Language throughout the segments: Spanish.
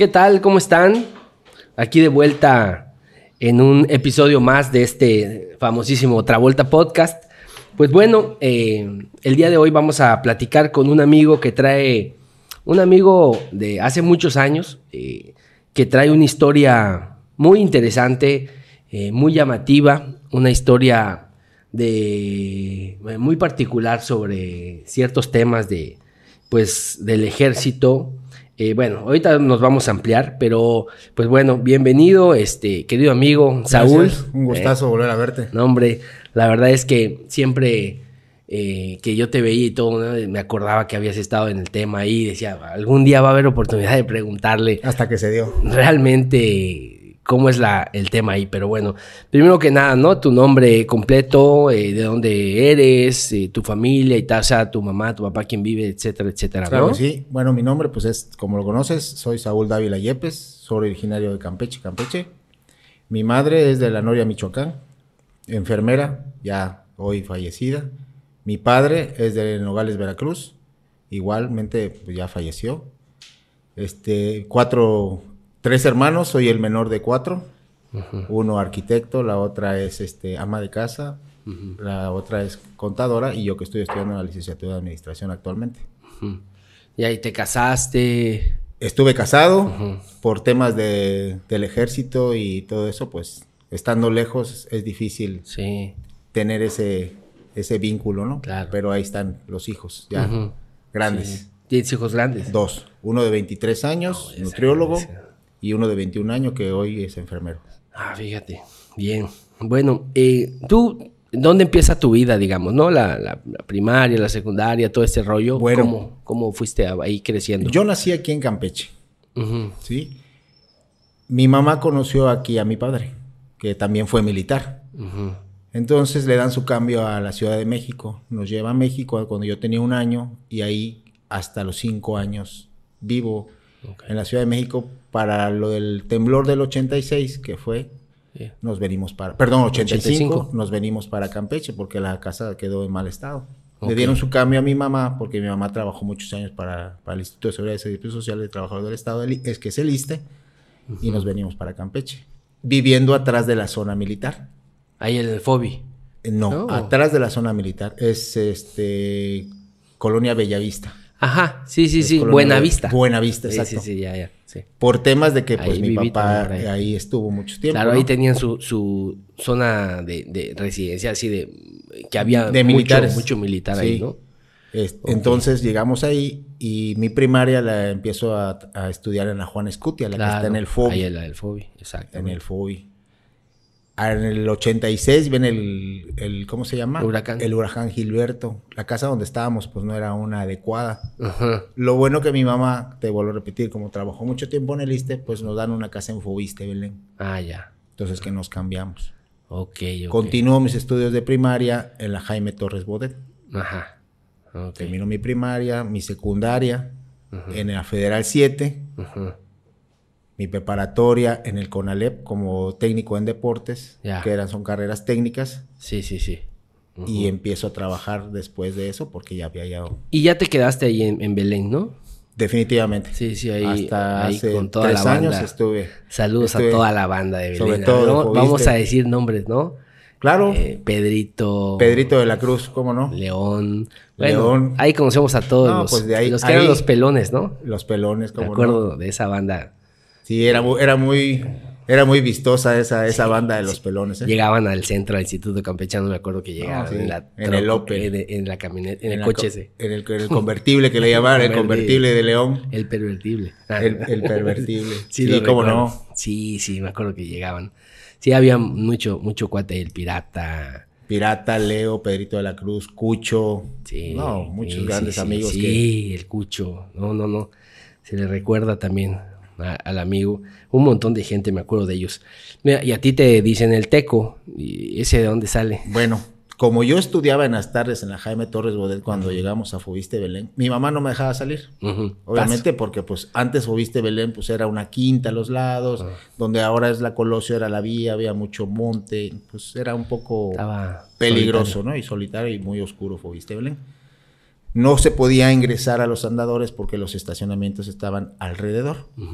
¿Qué tal? ¿Cómo están? Aquí de vuelta en un episodio más de este famosísimo Travolta Podcast. Pues bueno, el día de hoy vamos a platicar con un amigo de hace muchos años, que trae una historia muy interesante, muy llamativa, una historia muy particular sobre ciertos temas del ejército. Bueno, ahorita nos vamos a ampliar, pero pues bueno, bienvenido, querido amigo Saúl. Gracias, un gustazo volver a verte. No, hombre, la verdad es que siempre que yo te veía y todo, ¿no? Me acordaba que habías estado en el tema ahí y decía, algún día va a haber oportunidad de preguntarle. Hasta que se dio. Realmente cómo es el tema ahí, pero bueno, primero que nada, ¿no? Tu nombre completo, de dónde eres, tu familia y tal, o sea, tu mamá, tu papá, quién vive, etcétera, etcétera, ¿no? Claro, sí. Bueno, mi nombre, pues es, como lo conoces, soy Saúl Dávila Yepes, soy originario de Campeche. Mi madre es de La Noria, Michoacán, enfermera, ya hoy fallecida. Mi padre es de Nogales, Veracruz, igualmente pues ya falleció. 3 hermanos, soy el menor de 4. Uh-huh. Uno arquitecto, la otra es ama de casa, uh-huh. La otra es contadora y yo que estoy estudiando la licenciatura de administración actualmente. Uh-huh. ¿Y ahí te casaste? Estuve casado, uh-huh. Por temas del ejército y todo eso, pues estando lejos es difícil tener ese vínculo, ¿no? Claro. Pero ahí están los hijos ya uh-huh. grandes. Sí. ¿Tienes hijos grandes? 2, uno de 23 años, nutriólogo, y uno de 21 años que hoy es enfermero. Ah, fíjate, bien. Bueno, ¿tú dónde empieza tu vida, digamos, no? La primaria, la secundaria, todo este rollo. Bueno, ¿Cómo fuiste ahí creciendo? Yo nací aquí en Campeche, uh-huh. ¿sí? Mi mamá conoció aquí a mi padre, que también fue militar. Uh-huh. Entonces le dan su cambio a la Ciudad de México. Nos lleva a México cuando yo tenía 1 año y ahí hasta los 5 años vivo en la Ciudad de México. Para lo del temblor del 86 que fue, nos venimos para... Perdón, 85, nos venimos para Campeche porque la casa quedó en mal estado. Le dieron su cambio a mi mamá porque mi mamá trabajó muchos años para el Instituto de Seguridad y Servicios Sociales de Trabajadores del Estado, que es el ISSSTE, uh-huh. Y nos venimos para Campeche, viviendo atrás de la zona militar. ¿Ahí en el FOBI? No, atrás de la zona militar. Es Colonia Bellavista. Ajá, sí. Buenavista. Buenavista, exacto. Sí, ya. Sí. Por temas de que pues ahí mi papá ahí estuvo mucho tiempo. Claro, ¿no? ahí tenían su zona de residencia, así que había de militares. mucho militar ahí, ¿no? Entonces llegamos ahí y mi primaria la empiezo a estudiar en la Juan Escutia, la que está en el FOBI. Ahí en la del FOBI, exacto. En el FOBI. En el 86 viene el ¿cómo se llama? El huracán Gilberto. La casa donde estábamos pues no era una adecuada. Uh-huh. Lo bueno que mi mamá, te vuelvo a repetir, como trabajó mucho tiempo en el ISSSTE, pues nos dan una casa en FOBISTE, Belén. Ah, ya. Entonces que nos cambiamos. Okay. Continuó mis estudios de primaria en la Jaime Torres Bodet. Ajá. Okay. Terminó mi primaria, mi secundaria, uh-huh. En la Federal 7. Uh-huh. Mi preparatoria en el CONALEP como técnico en deportes, que son carreras técnicas. Sí. Uh-huh. Y empiezo a trabajar después de eso porque ya había ya... Y ya te quedaste ahí en Belén, ¿no? Definitivamente. Sí, ahí. Hasta ahí hace con toda 3 la banda. años estuve. Saludos a toda la banda de Belén. Sobre todo, ¿no? Vamos a decir nombres, ¿no? Claro. Pedrito de la Cruz, ¿cómo no? León. Bueno, ahí conocemos a todos pues de ahí, los que eran los pelones, ¿no? Los pelones, ¿cómo no? Me acuerdo de esa banda. Sí, era muy vistosa esa banda de los pelones. Llegaban al centro, al Instituto Campechano, me acuerdo que llegaban en el Opel. En la camioneta, en el coche ese. En el convertible que le llamaban, el convertible de León. El pervertible. El pervertible. Sí, cómo no. Sí, me acuerdo que llegaban. Sí, había mucho cuate, el Pirata, Leo, Pedrito de la Cruz, Cucho. Sí. No, muchos grandes amigos. Sí, el Cucho. No. Se le recuerda también al amigo. Un montón de gente, me acuerdo de ellos. Mira, y a ti te dicen el Teco. ¿Y ese de dónde sale? Bueno, como yo estudiaba en las tardes en la Jaime Torres Bodet cuando llegamos a FOBISTE Belén, mi mamá no me dejaba salir. Uh-huh. Obviamente porque pues antes FOBISTE Belén pues era una quinta a los lados, donde ahora es la Colosio, era la vía, había mucho monte, pues era un poco peligroso, solitario, ¿no? Y solitario y muy oscuro FOBISTE Belén. No se podía ingresar a los andadores porque los estacionamientos estaban alrededor. Uh-huh.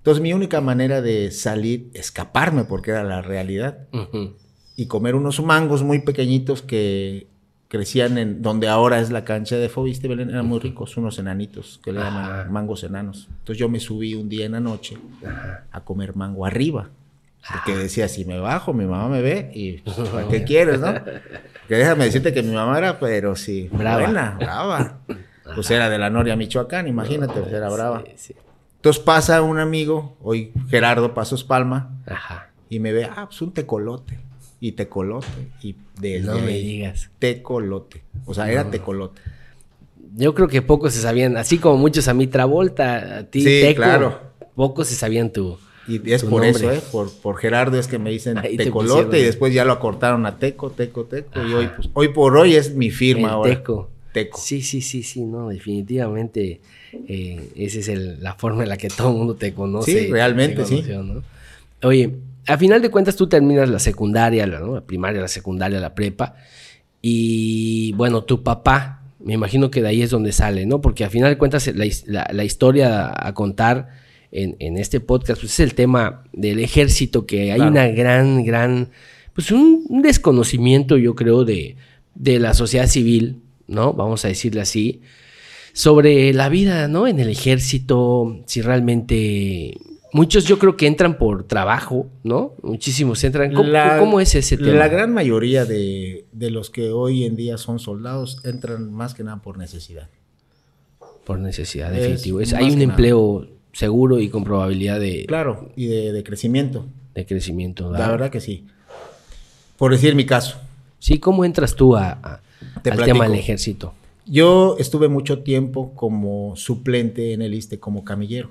Entonces mi única manera de salir, escaparme, porque era la realidad, y comer unos mangos muy pequeñitos que crecían en donde ahora es la cancha de Fobiste Belén, eran muy ricos, unos enanitos que le llaman mangos enanos. Entonces yo me subí un día en la noche a comer mango arriba, porque decía, si me bajo, mi mamá me ve y ¿para qué quieres, no? Que déjame decirte que mi mamá era, pero sí, brava. Pues era de la Noria, Michoacán, imagínate, pues era brava. Sí. Entonces pasa un amigo, hoy Gerardo Pasos Palma, y me ve, pues un tecolote. Y tecolote. Y desde no me digas. Tecolote. O sea, era tecolote. Yo creo que pocos se sabían, así como muchos a mí Travolta, a ti sí, Teco, claro. Pocos se sabían tu Y es por nombre. Eso, por Gerardo es que me dicen ahí tecolote y después ya lo acortaron a Teco. Y hoy, pues, hoy por hoy es mi firma el ahora. Teco. Sí, no, definitivamente esa es la forma en la que todo el mundo te conoce. Sí, realmente, conoció, sí. ¿No? Oye, a final de cuentas tú terminas la secundaria, ¿no? La primaria, la secundaria, la prepa. Y bueno, tu papá, me imagino que de ahí es donde sale, ¿no? Porque a final de cuentas la historia a contar en este podcast pues es el tema del ejército, que hay una gran, pues un desconocimiento, yo creo, de la sociedad civil, ¿no? Vamos a decirle así, sobre la vida, ¿no? En el ejército, si realmente... Muchos yo creo que entran por trabajo, ¿no? Muchísimos entran. ¿Cómo es ese tema? La gran mayoría de los que hoy en día son soldados entran más que nada por necesidad. Por necesidad, definitivo. Hay un empleo seguro y con probabilidad de... Claro, y de crecimiento. De crecimiento, ¿verdad? La verdad que sí. Por decir mi caso. Sí, ¿cómo entras tú al tema del ejército? Yo estuve mucho tiempo como suplente en el ISSSTE, como camillero.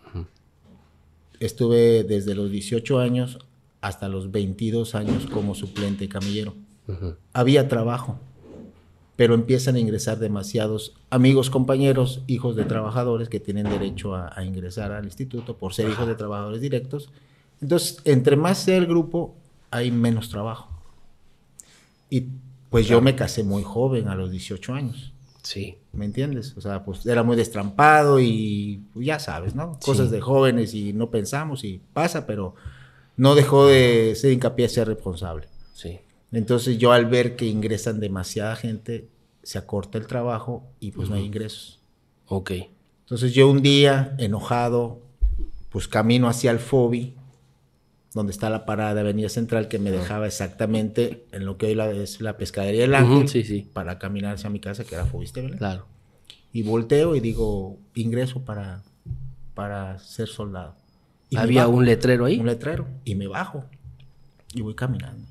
Estuve desde los 18 años hasta los 22 años como suplente camillero. Había trabajo, pero empiezan a ingresar demasiados amigos, compañeros, hijos de trabajadores que tienen derecho a ingresar al instituto por ser hijos de trabajadores directos. Entonces, entre más sea el grupo, hay menos trabajo. Y pues yo me casé muy joven, a los 18 años. Sí. ¿Me entiendes? O sea, pues era muy destrampado y pues, ya sabes, ¿no? Cosas de jóvenes y no pensamos y pasa, pero no dejó de ser hincapié a ser responsable. Sí. Entonces yo al ver que ingresan demasiada gente, se acorta el trabajo y pues no hay ingresos. Ok. Entonces yo un día, enojado, pues camino hacia el FOBI, donde está la parada de Avenida Central, que me dejaba exactamente en lo que hoy es la pescadería del Ángel, para caminar hacia mi casa, que era Fobiste Belén. Claro. Y volteo y digo, ingreso para ser soldado. Y ¿había un letrero ahí? Un letrero. Y me bajo. Y voy caminando.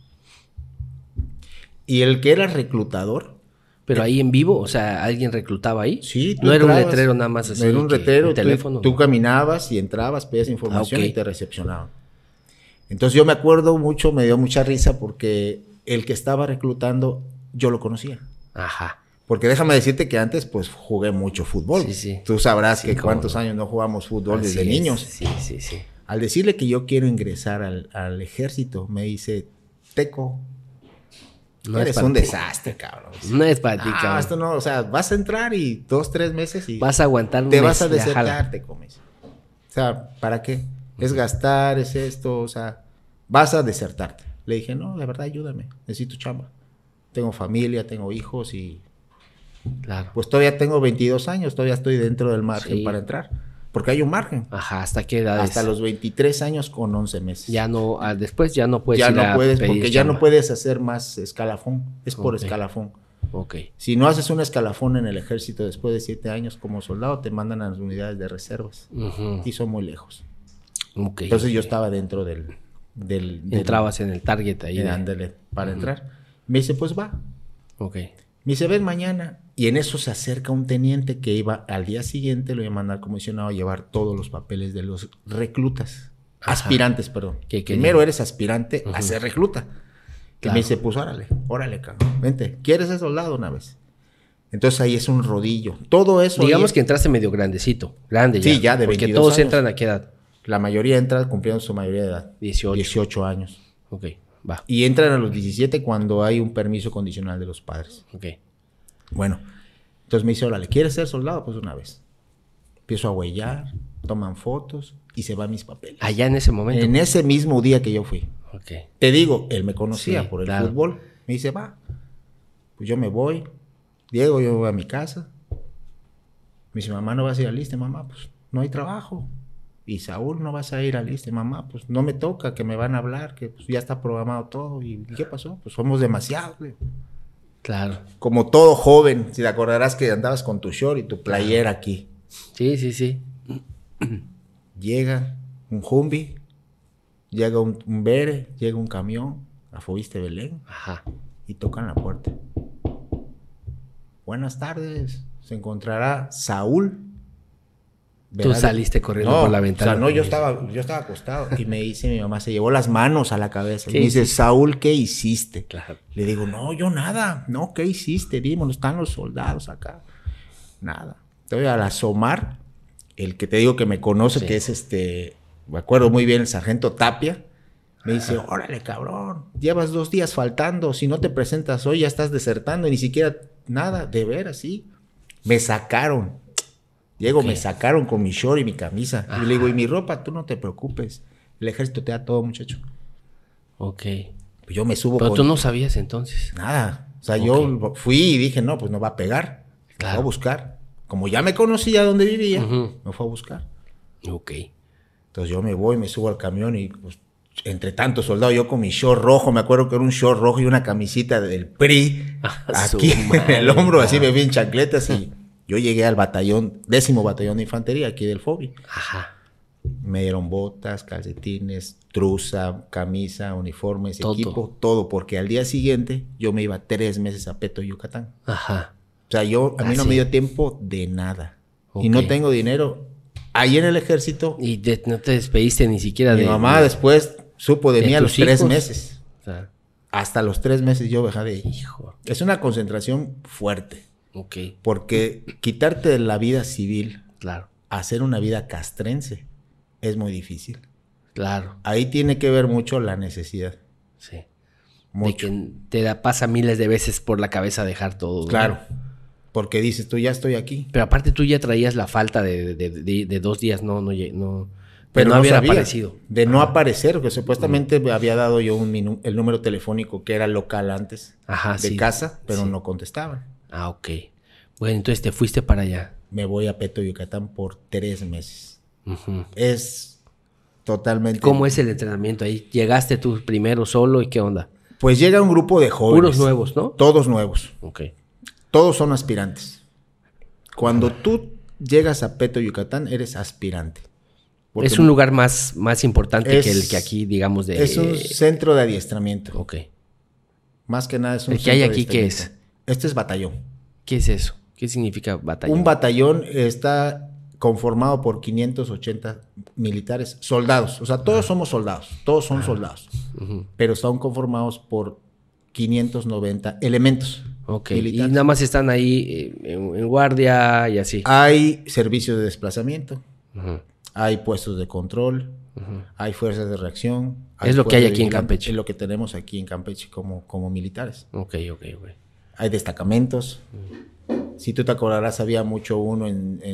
Y el que era reclutador... ¿Pero ahí en vivo? O sea, ¿alguien reclutaba ahí? Sí. No era un letrero nada más así. No era un letrero. Un teléfono. Tú caminabas y entrabas, pedías información y te recepcionaban. Entonces yo me acuerdo mucho, me dio mucha risa porque el que estaba reclutando, yo lo conocía. Ajá. Porque déjame decirte que antes pues jugué mucho fútbol. Sí. Tú sabrás que cuántos años no jugamos fútbol desde niños. Sí. Al decirle que yo quiero ingresar al ejército, me dice, Teco, no eres un desastre, cabrón. No es para ti, cabrón. Esto no, o sea, vas a entrar y 2-3 meses y... vas a aguantar un te mes, vas a desertar, te comes. O sea, ¿para qué? Es gastar, es esto, o sea, vas a desertarte. Le dije, no, la verdad, ayúdame, necesito chamba. Tengo familia, tengo hijos y... Claro. Pues todavía tengo 22 años, todavía estoy dentro del margen para entrar. Porque hay un margen. Ajá, ¿hasta qué edad? Hasta los 23 años con 11 meses. Ya no, después ya no puedes ya ir no a puedes, pedir porque chamba. ya no puedes hacer más escalafón. Es por escalafón. Ok. Si no haces un escalafón en el ejército después de 7 años como soldado, te mandan a las unidades de reservas. Y son muy lejos. Okay. Entonces yo estaba dentro del entrabas en el target ahí. Para entrar. Me dice, pues va. Ok. Me dice, ven mañana. Y en eso se acerca un teniente que iba al día siguiente, lo iba a mandar comisionado a llevar todos los papeles de los reclutas. Ajá. Aspirantes, perdón. Primero eres aspirante a ser recluta. Que me dice, pues órale, cabrón, vente. ¿Quieres ser soldado una vez? Entonces ahí es un rodillo. Todo eso... digamos que entraste medio grandecito. Grande ya. Sí, ya de 22 porque todos años. entran a qué edad. La mayoría entra cumpliendo su mayoría de edad. 18 años. Ok, va. Y entran a los 17 cuando hay un permiso condicional de los padres. Ok. Bueno, entonces me dice, órale, ¿quieres ser soldado? Pues una vez. Empiezo a huellar, toman fotos y se van mis papeles. Allá en ese momento. En ese mismo día que yo fui. Ok. Te digo, él me conocía por el claro. fútbol. Me dice, va, pues yo me voy. Diego, yo voy a mi casa. Me dice, mamá, ¿no vas a ir al ISSSTE? Mamá, pues no hay trabajo. Y Saúl, ¿no vas a ir al ISSSTE? Mamá, pues no me toca, que me van a hablar, que pues, ya está programado todo. ¿Y qué pasó? Pues somos demasiados, güey. Claro. Como todo joven, si te acordarás que andabas con tu short y tu playera aquí. Sí. Llega un Humvee, llega un Bere, llega un camión, a Fobiste Belén, Ajá. y tocan la puerta. Buenas tardes, se encontrará Saúl. Tú saliste corriendo por la ventana. O sea, no, yo estaba acostado y me dice mi mamá, se llevó las manos a la cabeza. Y me dice, hiciste? Saúl, ¿qué hiciste? Claro. Le digo, no, yo nada. No, ¿qué hiciste? Dímelo, están los soldados acá. Nada. Entonces, al asomar, el que te digo que me conoce, Sí. que es me acuerdo muy bien, el sargento Tapia, me dice, órale, cabrón, llevas 2 días faltando, si no te presentas hoy ya estás desertando, y ni siquiera nada, de veras, sí. Me sacaron. Diego, Ok. me sacaron con mi short y mi camisa. Ajá. Y le digo, y mi ropa, tú no te preocupes. El ejército te da todo, muchacho. Ok. Pues yo me subo Pero con... tú no sabías entonces. Nada. O sea, Ok. yo fui y dije, no, pues no va a pegar. Me Claro. fue a buscar. Como ya me conocía dónde vivía, Ujú. me fue a buscar. Ok. Entonces yo me voy, me subo al camión y pues, entre tantos soldados, yo con mi short rojo, me acuerdo que era un short rojo y una camisita del PRI, Su aquí en madre, el hombro, no. así me vi en chancletas y yo llegué al batallón, 10º batallón de infantería, aquí del FOBI. Ajá. Me dieron botas, calcetines, truza, camisa, uniformes, Todo. equipo, todo, porque al día siguiente yo me iba 3 meses a Peto, Yucatán. Ajá. O sea, a mí no sí. me dio tiempo de nada. Ok. Y no tengo dinero. Ahí en el ejército, Y no te despediste ni siquiera mi de... mamá después supo de de mí a los tus 3 hijos. meses. O sea, Hasta los 3 meses yo dejé de ir. hijo. Es una concentración fuerte. Ok. Porque quitarte de la vida civil, Claro. hacer una vida castrense, es muy difícil. Claro. Ahí tiene que ver mucho la necesidad. Sí. Mucho. De que pasa miles de veces por la cabeza dejar todo. ¿no? Claro. Porque dices, tú ya estoy aquí. Pero aparte tú ya traías la falta de 2 días, no, Pero no no había sabía aparecido. de no aparecer, que supuestamente me había dado yo el número telefónico que era local antes Ajá, de sí. casa, pero Sí. no contestaban. Ah, ok. Bueno, entonces te fuiste para allá. Me voy a Peto, Yucatán por 3 meses. Ujú. Es totalmente... ¿Cómo es el entrenamiento ahí? ¿Llegaste tú primero solo y qué onda? Pues llega un grupo de jóvenes. Puros nuevos, ¿no? Todos nuevos. Ok. Todos son aspirantes. Cuando tú llegas a Peto, Yucatán, eres aspirante. Porque Es un lugar más importante es- que el que aquí, digamos, de... Es un centro de adiestramiento. Ok. Más que nada es un ¿El que hay centro de aquí qué adiestramiento. Este es batallón. ¿Qué es eso? ¿Qué significa batallón? Un batallón está conformado por 580 militares, soldados. O sea, todos somos soldados. Todos son soldados. Ujú. Pero están conformados por 590 elementos Ok. Y militares. nada más están ahí en guardia y así. Hay servicios de desplazamiento. Ujú. Hay puestos de control, hay fuerzas de reacción. Es lo que hay fuerzas de aquí en vigilante. Campeche. Es lo que tenemos aquí en Campeche como militares. Ok. Hay destacamentos. Si tú te acordarás, había mucho uno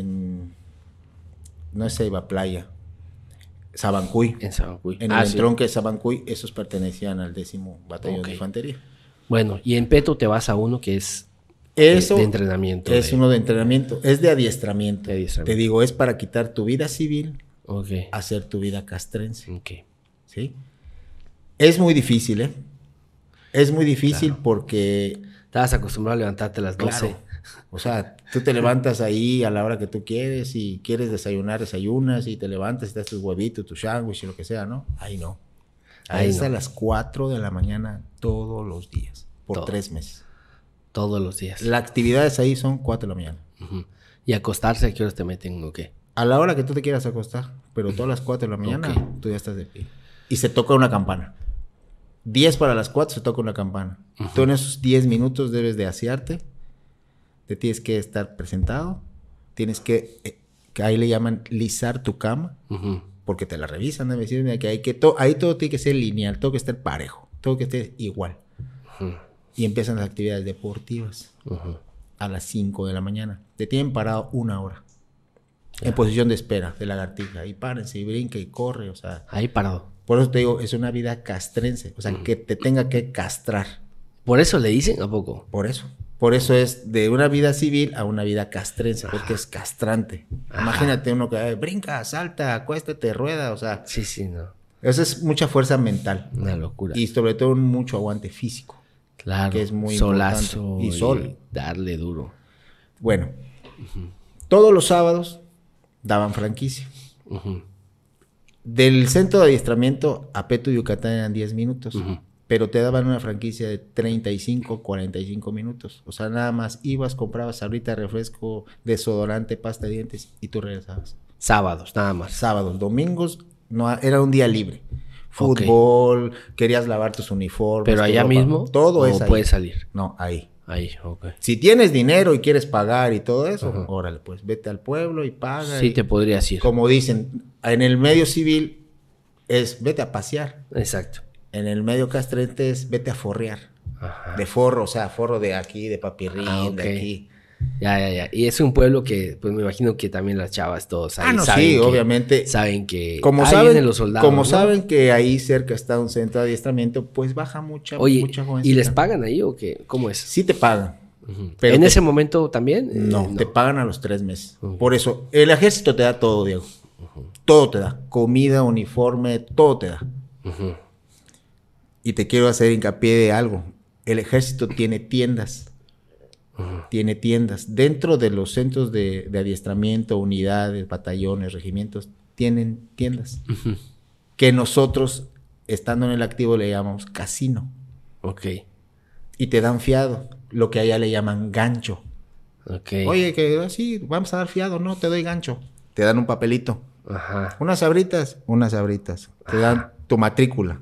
no es Ceiba Playa, Sabancuy. En Sabancuy. En el entronque de Sabancuy, esos pertenecían al 10º batallón Ok. de infantería. Bueno, y en Peto te vas a uno que es Eso de entrenamiento. es uno de entrenamiento, es de adiestramiento. De adiestramiento. Te digo, es para quitar tu vida civil, Ok. hacer tu vida castrense. Ok. ¿Sí? Es muy difícil, ¿eh? Es muy difícil porque, Estabas acostumbrado a levantarte a las 12. claro, o sea, tú te levantas ahí a la hora que tú quieres y quieres desayunar, desayunas y te levantas y te das tus huevitos, tu sándwich y lo que sea, ¿no? Ahí no. Ahí Ahí es no. a las 4 de la mañana todos los días, por Todo. 3 meses. Todos los días. Las actividades ahí son 4 de la mañana. Ujú. ¿Y acostarse a qué horas te meten o qué? A la hora que tú te quieras acostar, pero todas las 4 de la mañana Ok. tú ya estás de pie. Y se toca una campana. 10 para las 4 se toca una campana. Tú en esos 10 minutos debes de asearte, te tienes que estar presentado, tienes que ahí le llaman lisar tu cama, Ujú. porque te la revisan, debe decir mira, que ahí todo tiene que ser lineal, todo que estar parejo, todo que esté igual. Y empiezan las actividades deportivas Ujú. a las 5 de la mañana. Te tienen parado 1 hora. en posición de espera, de lagartija. Y párense, y brinca, y corre, o sea. Ahí parado. Por eso te digo, es una vida castrense. O sea, que te tenga que castrar. ¿Por eso le dicen a poco? Por eso. Por eso es de una vida civil a una vida castrense, porque es castrante. Imagínate uno que brinca, salta, acuéstate, rueda, o sea. Sí, no. Eso es mucha fuerza mental. Una locura. Y sobre todo mucho aguante físico. Claro. Que es muy solazo importante. Y sol. Darle duro. Bueno, todos los sábados daban franquicia. Del centro de adiestramiento a Peto, Yucatán eran 10 minutos. Pero te daban una franquicia de 35, 45 minutos. O sea, nada más ibas, comprabas sabrita, refresco, desodorante, pasta de dientes y tú regresabas. Sábados, nada más. Sábados, domingos, no, era un día libre. Fútbol, querías lavar tus uniformes. ¿Pero allá ropa, mismo? Todo es ¿O ahí. puedes salir? No, ahí. Ahí, ok. Si tienes dinero y quieres pagar y todo eso, órale, pues vete al pueblo y paga. Sí, te podrías ir. Como dicen, en el medio civil es vete a pasear. Exacto. En el medio castrense es vete a forrear. Ajá. De forro, o sea, forro de aquí, de papirrín, de aquí. Ya. Y es un pueblo que, pues me imagino que también las chavas todos ahí no, saben sí, que, obviamente. Saben que como ahí saben, vienen los soldados. Como ¿no? saben que ahí cerca está un centro de adiestramiento, pues baja mucha jovencita. ¿Y les pagan ahí o qué? ¿Cómo es? Sí te pagan. Pero ¿En ese momento también? No, te pagan a los 3 meses. Por eso, el ejército te da todo, Diego. Todo te da. Comida, uniforme, todo te da. Y te quiero hacer hincapié de algo. El ejército tiene tiendas. Tiene tiendas. Dentro de los centros de adiestramiento, unidades, batallones, regimientos, tienen tiendas. Que nosotros, estando en el activo, le llamamos casino. Ok. Y te dan fiado. Lo que allá le llaman gancho. Okay. Oye, que así vamos a dar fiado, no, te doy gancho. Te dan un papelito. Ajá. Unas sabritas. Te dan tu matrícula.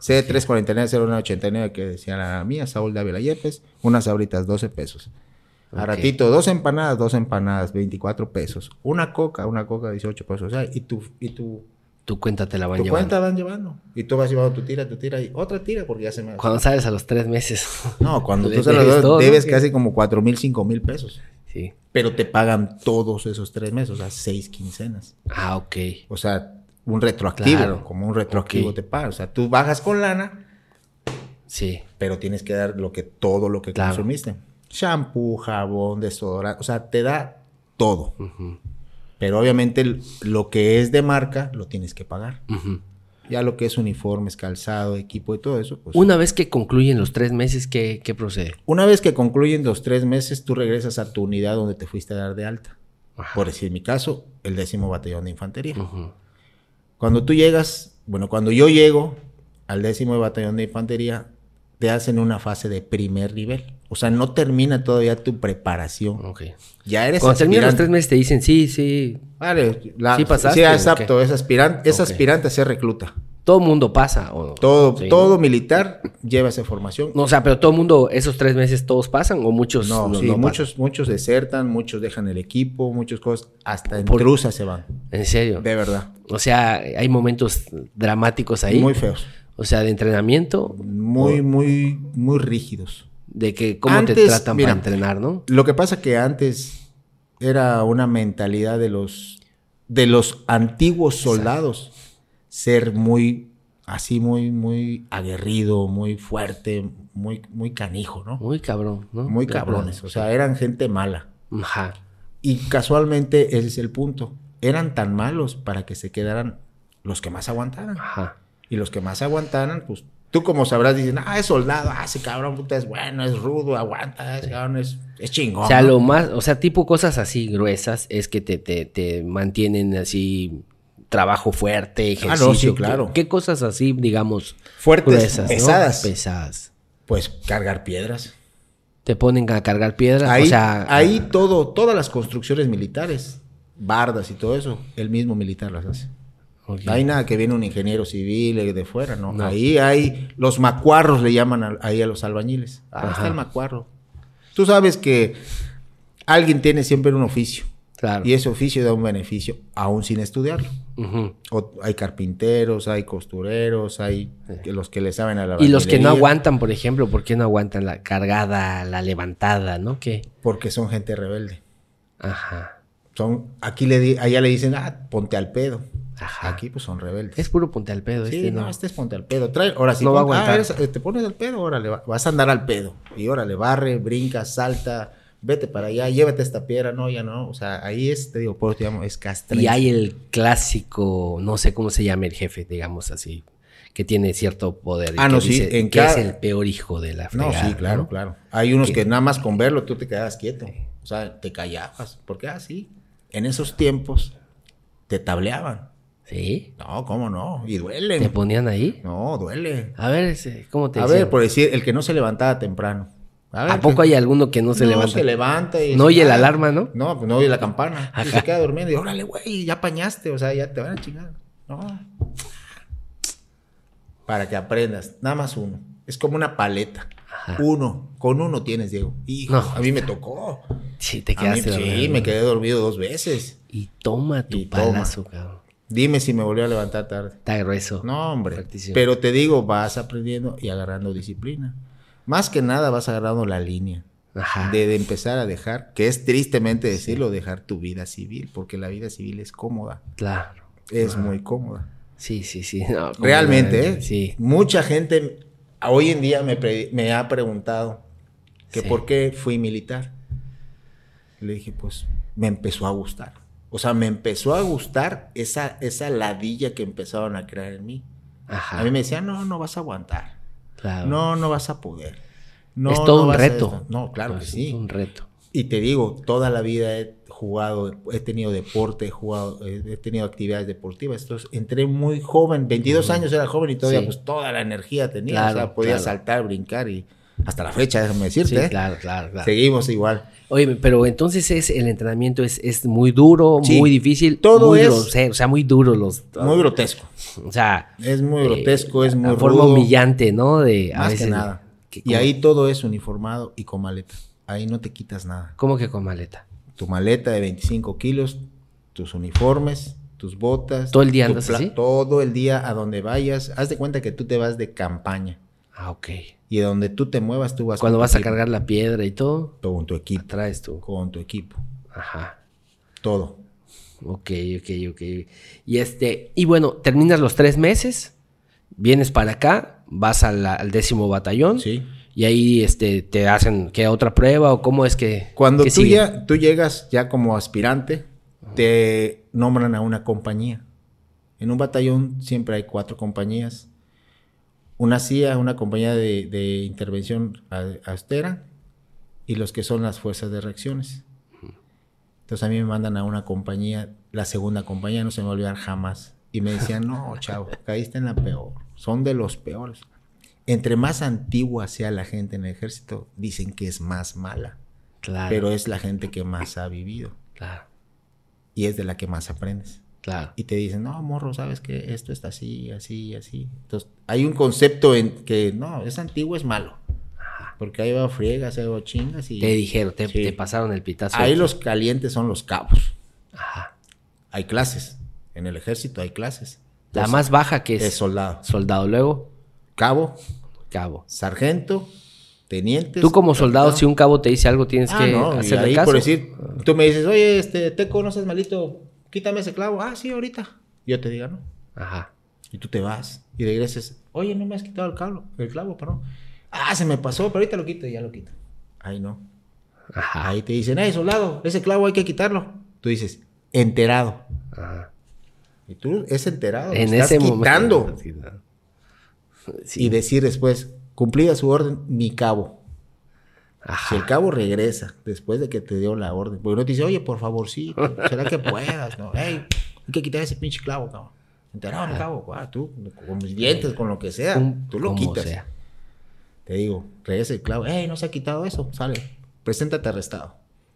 C349-0989, que decía la mía, Saúl Dávila Yepes. Unas sabritas, 12 pesos. A ratito, 2 empanadas, 24 pesos. Una coca, 18 pesos. O sea, y tu cuenta te la van llevando. Tu cuenta van llevando. Y tú vas llevando tu tira y otra tira porque ya se me... Cuando sales a los 3 meses. No, cuando tú sales debes casi como 4,000, 5,000 pesos. Sí. Pero te pagan todos esos 3 meses, o sea, 6 quincenas. Ah, ok. O sea, un retroactivo, claro. como un retroactivo te pagan. O sea, tú bajas con lana, sí, pero tienes que dar todo lo que consumiste. Shampoo, jabón, desodorante, o sea, te da todo. Pero obviamente lo que es de marca lo tienes que pagar. Ya lo que es uniformes, calzado, equipo y todo eso. Pues, una vez que concluyen los 3 meses, ¿qué procede? Una vez que concluyen los 3 meses, tú regresas a tu unidad donde te fuiste a dar de alta. Por decir en mi caso, el 10º Batallón de Infantería. Cuando tú llegas, cuando yo llego al 10º Batallón de Infantería, te hacen una fase de primer nivel. O sea, no termina todavía tu preparación. Ya eres cuando terminan los 3 meses te dicen, sí. Vale, sí pasaste. Sí, exacto. Es aspirante a ser recluta. Todo mundo pasa. ¿O no? Todo militar lleva esa formación. No, o sea, pero todo mundo, esos 3 meses, ¿todos pasan o muchos no muchos desertan, muchos dejan el equipo, muchas cosas, hasta en truza se van. ¿En serio? De verdad. O sea, hay momentos dramáticos ahí. Muy feos. O sea, de entrenamiento. Muy rígidos. De que cómo te tratan para entrenar, ¿no? Lo que pasa que antes era una mentalidad de los antiguos soldados. Ser muy aguerrido, muy fuerte, muy canijo, ¿no? Muy cabrón, ¿no? Muy cabrones. O sea, eran gente mala. Ajá. Y casualmente ese es el punto. Eran tan malos para que se quedaran los que más aguantaran. Ajá. Y los que más aguantaran, pues tú como sabrás, dicen, es soldado, ese cabrón puta es bueno, es rudo, aguanta, ese cabrón es chingón. O sea, lo más, o sea, tipo cosas así gruesas es que te mantienen así, trabajo fuerte, ejercicio. No, sí, claro. ¿Qué cosas así, digamos, fuertes, gruesas, pesadas? ¿no? Pesadas. Pues cargar piedras. Te ponen a cargar piedras, ahí, o sea... Ahí todas las construcciones militares, bardas y todo eso, el mismo militar las hace. No hay nada que viene un ingeniero civil de fuera, ¿no? Ahí hay los macuarros, le llaman ahí a los albañiles. Está el macuarro. Tú sabes que alguien tiene siempre un oficio. Claro. Y ese oficio da un beneficio, aún sin estudiarlo. O hay carpinteros, hay costureros, hay los que le saben a la albañilería. Y los que no aguantan, por ejemplo, ¿por qué no aguantan la cargada, la levantada, no? ¿Qué? Porque son gente rebelde. Ajá. allá le dicen, ponte al pedo. Ajá. Aquí pues son rebeldes. Es puro ponte al pedo. Sí, no. Este es ponte al pedo. Ahora sí, no va a aguantar. Te pones al pedo, órale, vas a andar al pedo. Y órale, barre, brinca, salta, vete para allá, llévate esta piedra, no, ya no. O sea, ahí te digo, por eso te llamo, es castrense. Y hay el clásico, no sé cómo se llama el jefe, digamos así, que tiene cierto poder. No, sí, dice, que es el peor hijo de la fregada. No, sí, claro, claro. Hay unos que nada más con verlo tú te quedabas quieto. O sea, te callabas. Porque así, en esos tiempos, te tableaban. ¿Sí? No, ¿cómo no? Y duelen. ¿Te ponían ahí? No, duele. A ver, ¿cómo te decían? A ver, por decir, el que no se levantaba temprano. ¿A poco hay alguno que no se levanta? No se levanta. Y no oye la alarma, ¿no? No, pues no oye la campana. Y se queda durmiendo. Y órale, güey, ya pañaste. O sea, ya te van a chingar. No. Para que aprendas. Nada más uno. Es como una paleta. Ajá. Con uno tienes, Diego. Hijo, no, a mí me tocó. Sí, te quedaste dormido. Sí, me quedé dormido 2 veces. Y toma tu palazo, cabrón. Dime si me volví a levantar tarde. Está grueso. No, hombre. Factísimo. Pero te digo, vas aprendiendo y agarrando disciplina. Más que nada vas agarrando la línea. Ajá. De empezar a dejar, que es tristemente decirlo, dejar tu vida civil, porque la vida civil es cómoda. Claro. Es muy cómoda. Sí. No, realmente, ¿eh? Sí. Mucha gente hoy en día me ha preguntado que por qué fui militar. Le dije, pues, me empezó a gustar. O sea, me empezó a gustar esa ladilla que empezaron a crear en mí. Ajá. A mí me decían, no vas a aguantar. Claro. No vas a poder. No, es todo un reto. No, claro que sí. Es un reto. Y te digo, toda la vida he jugado, he tenido deporte, he tenido actividades deportivas. Entonces, entré muy joven, 22 años era joven y todavía pues toda la energía tenía. Claro, o sea, podía saltar, brincar y hasta la fecha, déjame decirte. Sí, claro. Seguimos igual. Oye, pero entonces el entrenamiento es muy duro, muy difícil. Todo muy es... grosero, o sea, muy duro muy grotesco. O sea... Es muy grotesco, es muy rudo. forma humillante, ¿no? Más veces, que nada. Y ahí todo es uniformado y con maleta. Ahí no te quitas nada. ¿Cómo que con maleta? Tu maleta de 25 kilos, tus uniformes, tus botas. ¿Todo el día andas así? Todo el día a donde vayas. Haz de cuenta que tú te vas de campaña. Ah, ok. Y de donde tú te muevas, tú vas cuando vas a cargar la piedra y todo. Con tu equipo. Traes tú. Con tu equipo. Ajá. Todo. Ok. Y bueno, terminas los 3 meses, vienes para acá, vas al 10º batallón. Sí. Y ahí te hacen ¿qué otra prueba o cómo es que cuando tú llegas ya como aspirante, te nombran a una compañía. En un batallón siempre hay 4 compañías. Una CIA, una compañía de intervención austera, y los que son las fuerzas de reacciones. Entonces a mí me mandan a una compañía, la segunda compañía, no se me va a olvidar jamás. Y me decían, no, chavo, caíste en la peor. Son de los peores. Entre más antigua sea la gente en el ejército, dicen que es más mala. Claro. Pero es la gente que más ha vivido. Claro. Y es de la que más aprendes. Claro. Y te dicen, no, morro, sabes que esto está así. Entonces, hay un concepto en que, no, es antiguo, es malo. Ajá. Porque ahí va friegas, ahí va chingas y... Te dijeron, te pasaron el pitazo. Ahí los calientes son los cabos. Ajá. Hay clases. En el ejército hay clases. Entonces, la más baja que es soldado. Soldado, luego... Cabo. Sargento. Tenientes. Tú como soldado, capitán. Si un cabo te dice algo, tienes que hacerle ahí, caso. Por decir, tú me dices, oye, Teco, no seas malito, quítame ese clavo. Ah, sí, ahorita. Yo te diga, no. Ajá. Y tú te vas y regresas. Oye, no me has quitado el clavo, perdón. Ah, se me pasó, pero ahorita lo quito y ya lo quito. Ahí no. Ajá. Ahí te dicen, soldado, ese clavo hay que quitarlo. Tú dices, enterado. Ajá. Y tú, es enterado. En ese quitando. Momento. Sí. Y decir después, cumplida su orden, mi cabo. Ajá. Si el cabo regresa después de que te dio la orden, porque no te dice, oye, por favor, sí, será que puedas, ¿no? Hay que quitar ese pinche clavo, cabrón. Enterado, mi cabo, tú, con mis dientes, con lo que sea, tú lo quitas. Sea. Te digo, regresa el clavo, no se ha quitado eso, sale, preséntate arrestado.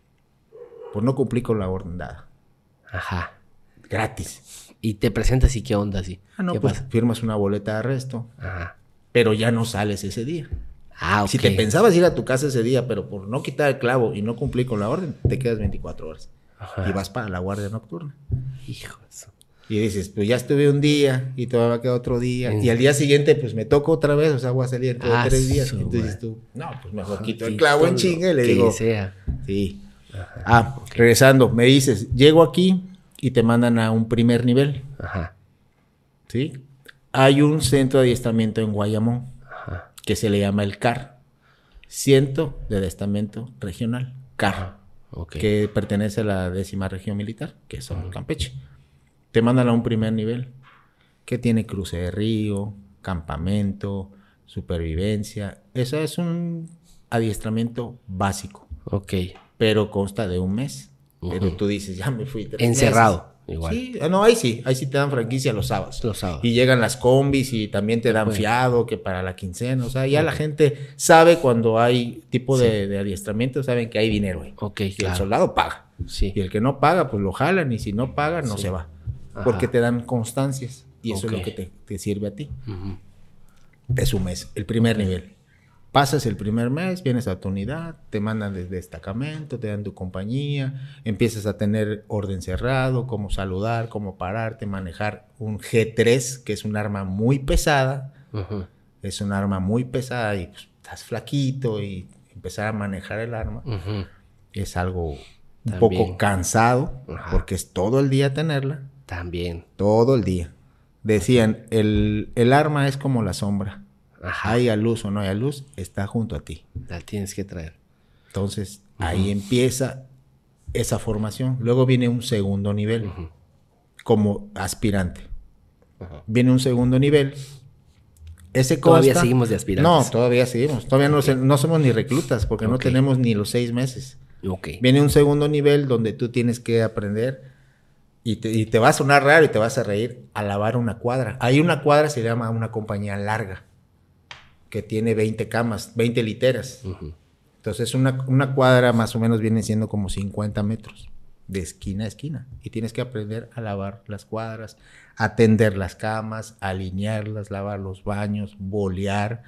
Por no cumplir con la orden dada. Ajá. Gratis. Y te presentas y qué onda así. No, pues pasa? Firmas una boleta de arresto. Ajá. Pero ya no sales ese día. Ah, ok. Si te pensabas ir a tu casa ese día, pero por no quitar el clavo y no cumplir con la orden, te quedas 24 horas. Ajá. Y vas para la guardia nocturna. Hijo de eso. Y dices, pues ya estuve un día y todavía va a quedar otro día. Y al día siguiente, pues me toco otra vez, o sea, voy a salir dentro de 3 días. Y entonces tú, no, pues mejor quito el clavo en chinga y le digo. Sea. Sí. Regresando, me dices, llego aquí y te mandan a un primer nivel. Ajá. ¿Sí? Hay un centro de adiestramiento en Guayamón, Ajá. que se le llama el CAR, Centro de Adiestramiento Regional, CAR, Okay. que pertenece a la 10ª Región Militar, que es en Campeche. Te mandan a un primer nivel, que tiene cruce de río, campamento, supervivencia. Eso es un adiestramiento básico. Ok. Pero consta de un mes. Pero tú dices, ya me fui 3 Encerrado, meses. igual. Sí, no, ahí sí te dan franquicia los sábados. Los sábados. Y llegan las combis y también te dan fiado, que para la quincena, o sea, ya la gente sabe cuando hay tipo de adiestramiento, saben que hay dinero ahí. Ok, y claro. el soldado paga. Sí. Y el que no paga, pues lo jalan, y si no paga, no se va. Ajá. Porque te dan constancias, y eso Ok. es lo que te sirve a ti. Ujú. Es un mes, el primer nivel. Pasas el primer mes, vienes a tu unidad, te mandan desde destacamento, te dan tu compañía, empiezas a tener orden cerrado, cómo saludar, cómo pararte, manejar un G3, que es un arma muy pesada. Ujú. Es un arma muy pesada y pues, estás flaquito y empezar a manejar el arma Ujú. es algo un También. poco cansado, Ajá. porque es todo el día tenerla, También. todo el día. Decían, el arma es como la sombra. Ajá. Haya luz o no haya luz, está junto a ti. La tienes que traer. Entonces, ahí empieza esa formación. Luego viene un segundo nivel, como aspirante. Ajá. Viene un segundo nivel. Ese Todavía consta... seguimos de aspirantes. No, todavía seguimos. Todavía no somos ni reclutas, porque no Ok. tenemos ni los 6 meses. Ok. Viene un segundo nivel donde tú tienes que aprender, y te va a sonar raro y te vas a reír, a lavar una cuadra. Hay una cuadra, se llama una compañía larga, que tiene 20 camas, 20 literas. Ujú. Entonces una cuadra más o menos viene siendo como 50 metros de esquina a esquina. Y tienes que aprender a lavar las cuadras, atender las camas, alinearlas, lavar los baños, bolear,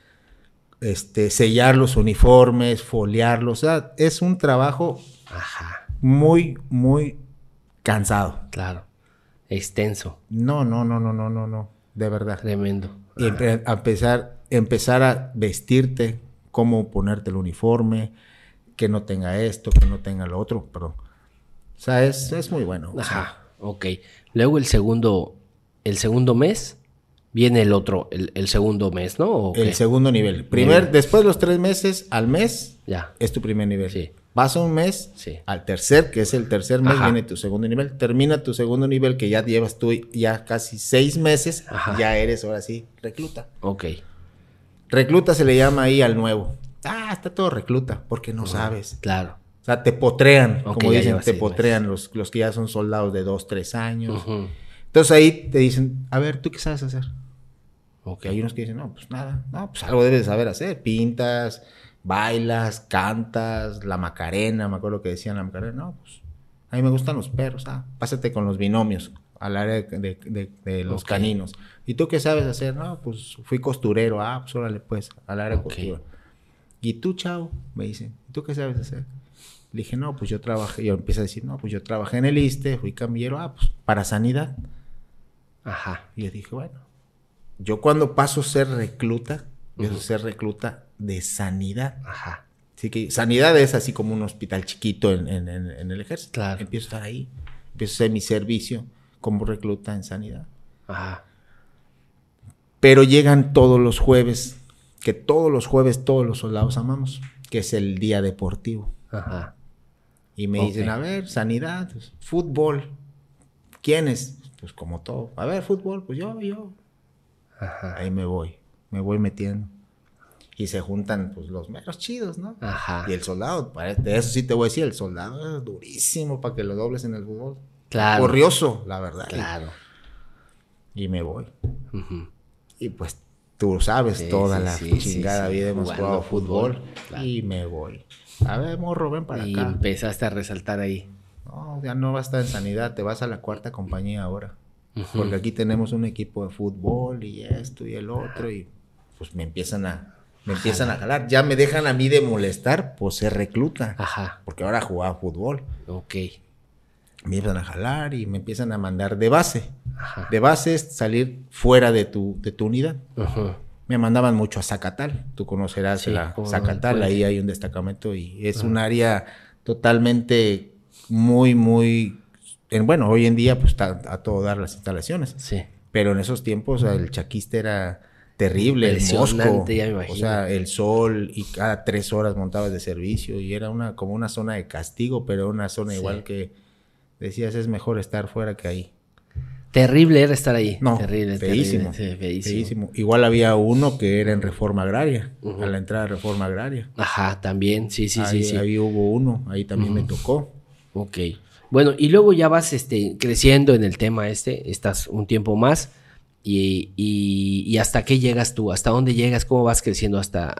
sellar los uniformes, foliarlos. O sea, es un trabajo Ajá. muy, muy cansado. Claro. Extenso. No, de verdad. Tremendo. Y empezar a vestirte, cómo ponerte el uniforme, que no tenga esto, que no tenga lo otro, perdón. O sea, es muy bueno. Ajá. Ok. Luego el segundo mes viene el otro, el segundo mes, ¿no? ¿O El qué? segundo nivel. Después de los 3 meses, al mes, Ya. es tu primer nivel. Sí. Pasa un mes, Sí. al tercer, que es el tercer mes, Ajá. viene tu segundo nivel. Termina tu segundo nivel, que ya llevas tú ya casi 6 meses, Ajá. ya eres ahora sí recluta. Ok. Recluta se le llama ahí al nuevo. Está todo recluta, porque no sabes. Claro. O sea, te potrean, Ok, como ya dicen, llevas te 6 potrean los que ya son soldados de 2, 3 años. Ujú. Entonces ahí te dicen, a ver, ¿tú qué sabes hacer? Ok. Y hay unos que dicen, no, pues nada, no, pues algo debes de saber hacer. Pintas, bailas, cantas, la Macarena, me acuerdo que decían la Macarena, no, pues a mí me gustan los perros, pásate con los binomios al área de los Ok. caninos. ¿Y tú qué sabes hacer? No, pues fui costurero, pues órale pues, al área de Ok. costura. ¿Y tú, chavo? Me dicen, ¿y tú qué sabes hacer? Le dije, no, pues yo trabajé, yo empiezo a decir, no, pues yo trabajé en el ISSSTE, fui camillero, pues para sanidad. Ajá. Y yo dije, bueno, yo cuando paso a ser recluta, empiezo a ser recluta de sanidad. Ajá. Así que sanidad es así como un hospital chiquito en el ejército. Claro. Empiezo a estar ahí, empiezo a hacer mi servicio como recluta en sanidad. Ajá. Pero llegan todos los jueves, que todos los jueves todos los soldados amamos, que es el día deportivo. Ajá. Y me Ok. dicen, a ver, sanidad, pues, fútbol. ¿Quiénes? Pues como todo. A ver, fútbol, pues yo. Ajá. Ahí me voy metiendo. Y se juntan, pues, los meros chidos, ¿no? Ajá. Y el soldado, de eso sí te voy a decir, el soldado es durísimo para que lo dobles en el fútbol. Claro. Corrioso, la verdad. Claro. Y me voy. Ujú. Y pues, tú sabes, Sí, toda sí, la sí, chingada sí, sí. vida hemos Jugando jugado fútbol. fútbol, claro. Y me voy. A ver, morro, ven para Y acá. empezaste a resaltar ahí. No, ya no vas a estar en sanidad, te vas a la 4ª compañía ahora. Ujú. Porque aquí tenemos un equipo de fútbol y esto y el otro, y pues me empiezan a jalar. Ya me dejan a mí de molestar por ser recluta. Ajá. Porque ahora jugaba fútbol. Ok. Me empiezan a jalar y me empiezan a mandar de base. Ajá. De base es salir fuera de tu unidad. Ujú. Me mandaban mucho a Zacatal. Tú conocerás Sí, la como Zacatal, puente. ahí hay un destacamento y es un área totalmente muy, muy... bueno, hoy en día pues está a todo dar las instalaciones. Sí. Pero en esos tiempos el chaquista era terrible, el mosco, ya me imagino. o sea, el sol, y cada 3 horas montabas de servicio y era como una zona de castigo, pero una zona igual que decías es mejor estar fuera que ahí. Terrible era estar ahí. No, terrible, feísimo, terrible, sí, feísimo. feísimo. Igual había uno que era en Reforma Agraria, a la entrada de Reforma Agraria. Ajá, también, sí. Ahí hubo uno, ahí también me tocó. Ok. Bueno, y luego ya vas creciendo en el tema estás un tiempo más y ¿hasta qué llegas tú? ¿Hasta dónde llegas? ¿Cómo vas creciendo? ¿Hasta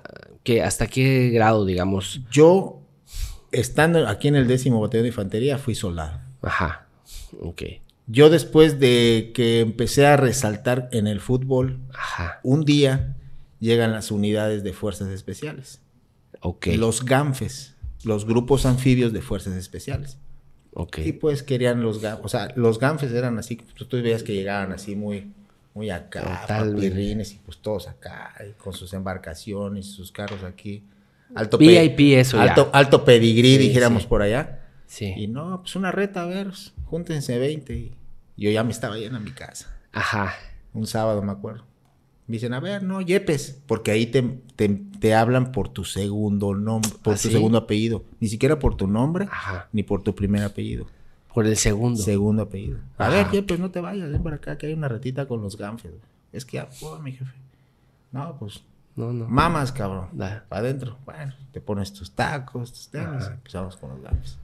qué grado, digamos? Yo, estando aquí en el 10º Batallón de Infantería, fui soldado. Ajá, ok. Yo después de que empecé a resaltar en el fútbol, Ajá. Un día llegan las unidades de fuerzas especiales. Ok. Los GANFES, los grupos anfibios de fuerzas especiales. Ok. Y pues querían los GANFES, o sea, los GANFES eran así, tú veías que llegaban así muy acá, papirrines y pues todos acá, y con sus embarcaciones, sus carros aquí. VIP eso alto pedigrí, sí, dijéramos sí. por allá. Sí. Y no, pues una reta, a ver, júntense 20. Y yo ya me estaba yendo a mi casa. Ajá. Un sábado, me acuerdo. Me dicen, a ver, no, Yepes, porque ahí te hablan por tu segundo nombre, por tu segundo apellido. Ni siquiera por tu nombre, ni por tu primer apellido. Por el segundo. Segundo apellido. A ver, Yepes, no te vayas, ven para acá, que hay una ratita con los GANFES. Es que ya, mi jefe. No, pues, no. Mamas, cabrón. Para adentro. Bueno, te pones tus tacos, tus tenis, empezamos con los GANFES.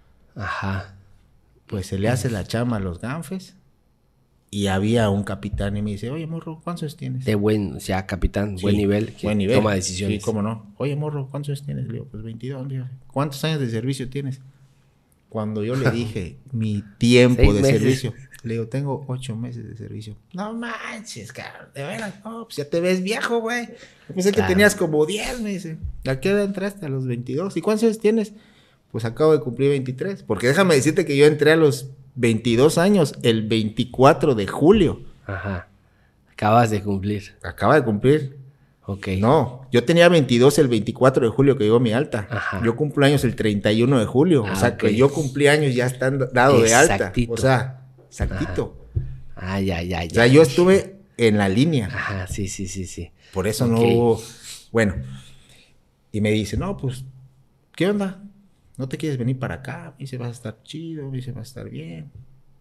Ajá. Pues se le hace la chama a los GANFES. Y había un capitán y me dice, oye, morro, ¿cuántos años tienes? Capitán, sí, buen nivel. Toma decisiones. Sí, cómo no. Oye, morro, ¿cuántos años tienes? Le digo, pues 22. Le digo, ¿cuántos años de servicio tienes? Cuando yo le dije mi tiempo de servicio, le digo, tengo 8 meses de servicio. No manches, cabrón, de veras, no, pues ya te ves viejo, güey. Yo pensé que tenías como 10, me dice. ¿A qué edad entraste? A los 22. ¿Y cuántos años tienes? Pues acabo de cumplir 23. Porque déjame decirte que yo entré a los 22 años el 24 de julio. Ajá. Acabas de cumplir. Acaba de cumplir. Ok. No, yo tenía 22 el 24 de julio que llegó mi alta. Ajá. Yo cumplo años el 31 de julio. O sea, que yo cumplí años ya estando dado de alta. O sea, exactito. Ya. O sea, yo estuve en la línea. Ajá, sí. Por eso no hubo... Bueno, y me dice, no, pues, ¿qué onda? ¿No te quieres venir para acá? Me dice, vas a estar chido, me dice, vas a estar bien.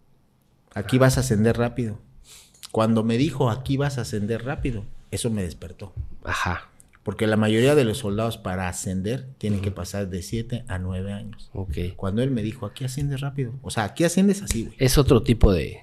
Aquí vas a ascender rápido. Cuando me dijo, aquí vas a ascender rápido, eso me despertó. Ajá. Porque la mayoría de los soldados para ascender tienen que pasar de 7 a 9 años. Ok. Cuando él me dijo, aquí asciendes rápido. O sea, aquí asciendes así, güey. Es otro tipo de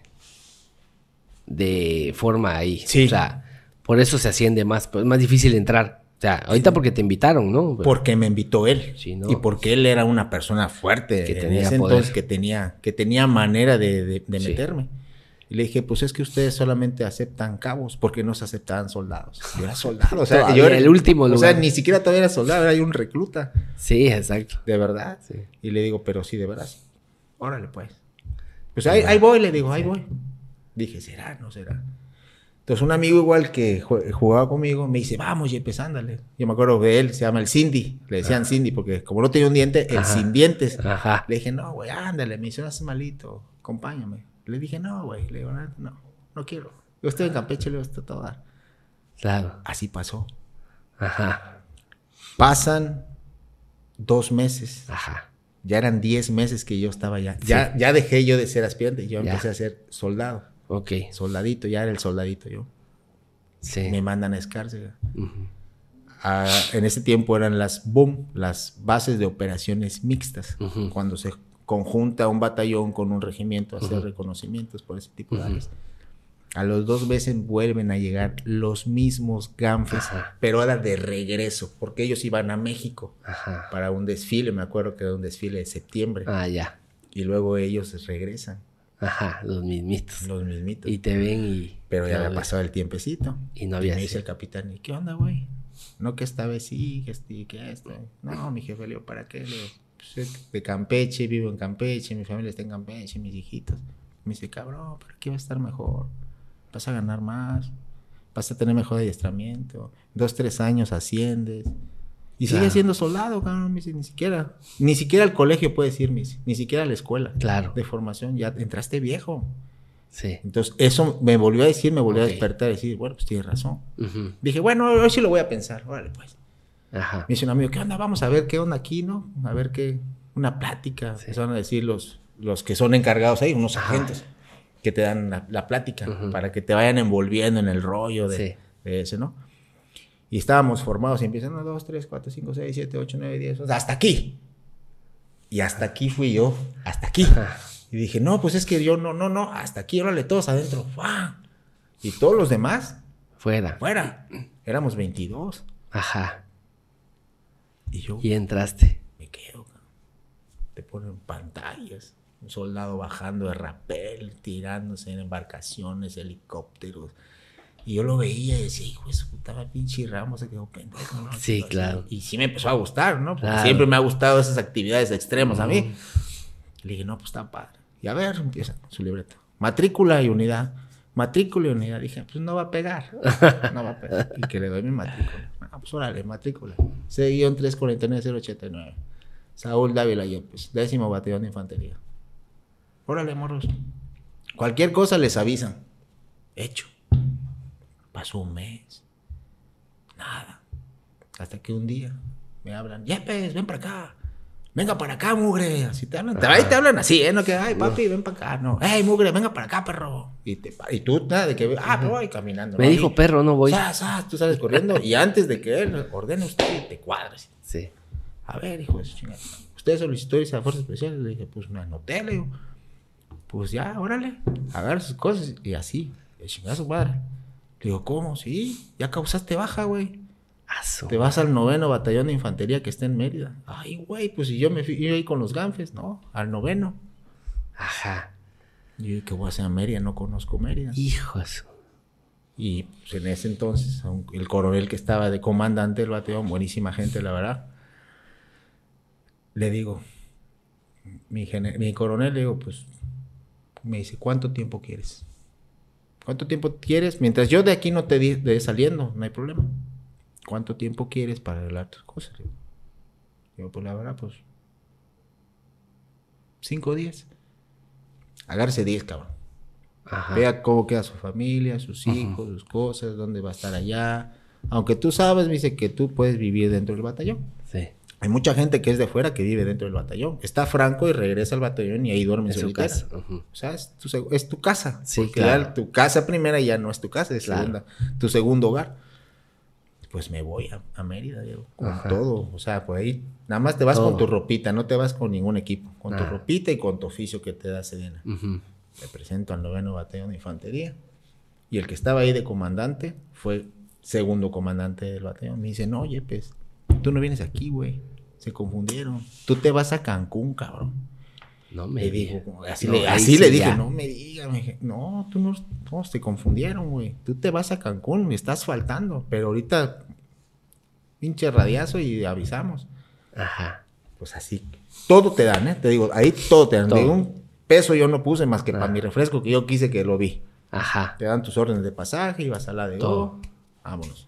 forma ahí. Sí. O sea, por eso se asciende más. Pues es más difícil entrar. O sea, ahorita porque te invitaron, ¿no? Porque me invitó él. Sí, ¿no? Y porque él era una persona fuerte. Que en tenía ese poder. entonces que tenía manera de meterme. Y le dije, pues es que ustedes solamente aceptan cabos porque no se aceptaban soldados. Yo era soldado. O sea, yo era el último lugar. O sea, ni siquiera todavía era soldado, era un recluta. Sí, exacto. De verdad. Sí. Y le digo, pero sí, de verdad. Órale, pues. Pues ahí voy, le digo, ahí voy. Dije, ¿será? ¿No será? Entonces un amigo igual que jugaba conmigo me dice, vamos, Yepes, ándale. Yo me acuerdo de él, se llama el Cindy. Le decían Cindy porque como no tenía un diente, el sin dientes. Ajá. Le dije, no, güey, ándale. Me dice, no haces malito, acompáñame. Le dije, no, güey. Le digo, no quiero. Yo estoy en Campeche, le digo, está todo dar. Claro. Así pasó. Ajá. Pasan 2 meses. Ajá. Ya eran 10 meses que yo estaba allá. Sí. Ya dejé yo de ser aspirante. Yo empecé a ser soldado. Ok. Soldadito, ya era el soldadito yo. Sí. Me mandan a Escárcega. Uh-huh. En ese tiempo eran las bases de operaciones mixtas. Uh-huh. Cuando se conjunta un batallón con un regimiento a hacer reconocimientos por ese tipo de áreas. A los 2 meses vuelven a llegar los mismos GANFES, pero ahora de regreso, porque ellos iban a México para un desfile. Me acuerdo que era un desfile de septiembre. Ya. Y luego ellos regresan. Ajá, los mismitos. Y te ven Pero ya había pasado el tiempecito. Y no había me dice el capitán, ¿y qué onda, güey? No, que esta vez sí, que esto. No, mi jefe, le digo, ¿para qué? Le digo, pues, de Campeche, vivo en Campeche, mi familia está en Campeche, mis hijitos. Me dice, cabrón, pero aquí va a estar mejor. Vas a ganar más. Vas a tener mejor adiestramiento. 2, 3 años asciendes. Y sigue siendo soldado, cabrón, me dice, ni siquiera al colegio puedes ir, me dice, ni siquiera a la escuela. Claro. De formación, ya entraste viejo. Sí. Entonces, eso me volvió a decir, me volvió a despertar y decir, bueno, pues tienes razón. Dije, bueno, hoy sí lo voy a pensar, órale, pues. Ajá. Me dice un amigo, ¿qué onda? Vamos a ver qué onda aquí, ¿no? A ver qué, una plática. Sí. Van a decir los que son encargados ahí, unos agentes, que te dan la plática para que te vayan envolviendo en el rollo de ese, ¿no? Y estábamos formados y empiezan 1, 2, 3, 4, 5, 6, 7, 8, 9, 10, hasta aquí. Y hasta aquí fui yo, hasta aquí. Y dije, no, pues es que yo no, hasta aquí, órale, todos adentro. ¡Fua! Y todos los demás, fuera. Éramos 22. Ajá. Y yo. Y entraste. Me quedo, te ponen pantallas. Un soldado bajando de rapel, tirándose en embarcaciones, helicópteros. Y yo lo veía y decía, hijo de su puta, pinche Ramos se quedó pendejo, ¿no? Sí, claro. Y sí me empezó a gustar, ¿no? Porque siempre me ha gustado esas actividades extremas a mí. Le dije, no, pues está padre. Y a ver, empieza su libreta. Matrícula y unidad. Dije, pues no va a pegar. Y que le doy mi matrícula. Ah, pues órale, matrícula. C-349-089. Saúl Dávila Yepes, 10º Batallón de Infantería. Órale, morros. Cualquier cosa les avisan. Hecho. Pasó un mes. Nada. Hasta que un día me hablan. Yepes, ven para acá. Venga para acá, mugre. Así te hablan. Ahí te hablan así, ¿eh? No que, ay, papi, ven para acá. No, hey, mugre, venga para acá, perro. Y tú, nada de que, pero voy caminando. Me dijo perro, no voy. Tú sales corriendo. Y antes de que él ordene usted, te cuadras. Sí. A ver, hijo de su chingada. ¿Usted solicitó irse a Fuerzas Especiales? Le dije, pues me anoté, le digo. Pues ya, órale. Agarra sus cosas. Y así. Le chingada a su padre. Le digo, ¿cómo? Sí, ya causaste baja, güey. Te vas al 9º Batallón de Infantería que está en Mérida. Ay, güey, pues si yo me fui ahí con los ganfes, ¿no? Al 9º. Ajá. Y yo, ¿qué voy a hacer a Mérida? No conozco Mérida. Hijos. Y pues en ese entonces, el coronel que estaba de comandante del batallón, buenísima gente, la verdad. Le digo, mi coronel, le digo, pues, me dice, ¿cuánto tiempo quieres? ¿Cuánto tiempo quieres? Mientras yo de aquí no te de saliendo, no hay problema. ¿Cuánto tiempo quieres para arreglar tus cosas? Digo, pues la verdad, pues 5 días. Agárrese 10, cabrón. Ajá. Vea cómo queda su familia, sus hijos, sus cosas, dónde va a estar allá. Aunque tú sabes, me dice que tú puedes vivir dentro del batallón. Sí. Hay mucha gente que es de fuera que vive dentro del batallón. Está franco y regresa al batallón y ahí duerme en su casa. O sea, es tu casa. Sí, porque claro. ya tu casa primera ya no es tu casa, es tu segundo hogar. Pues me voy a Mérida, Diego, con todo. O sea, por ahí nada más te vas con tu ropita, no te vas con ningún equipo. Con tu ropita y con tu oficio que te da Sedena. Me presento al 9º Batallón de Infantería. Y el que estaba ahí de comandante fue segundo comandante del batallón. Me dice, no, oye, pues, tú no vienes aquí, güey. Se confundieron. Tú te vas a Cancún, cabrón. No me digas. Así le dije, no me digas. Me dije, no, tú no, se confundieron, güey. Tú te vas a Cancún, me estás faltando. Pero ahorita, pinche radiazo y avisamos. Ajá. Pues así. Todo te dan, ¿eh? Te digo, ahí todo te dan. De un peso yo no puse más que para mi refresco, que yo quise que lo vi. Ajá. Te dan tus órdenes de pasaje y vas a la de todo. Vámonos.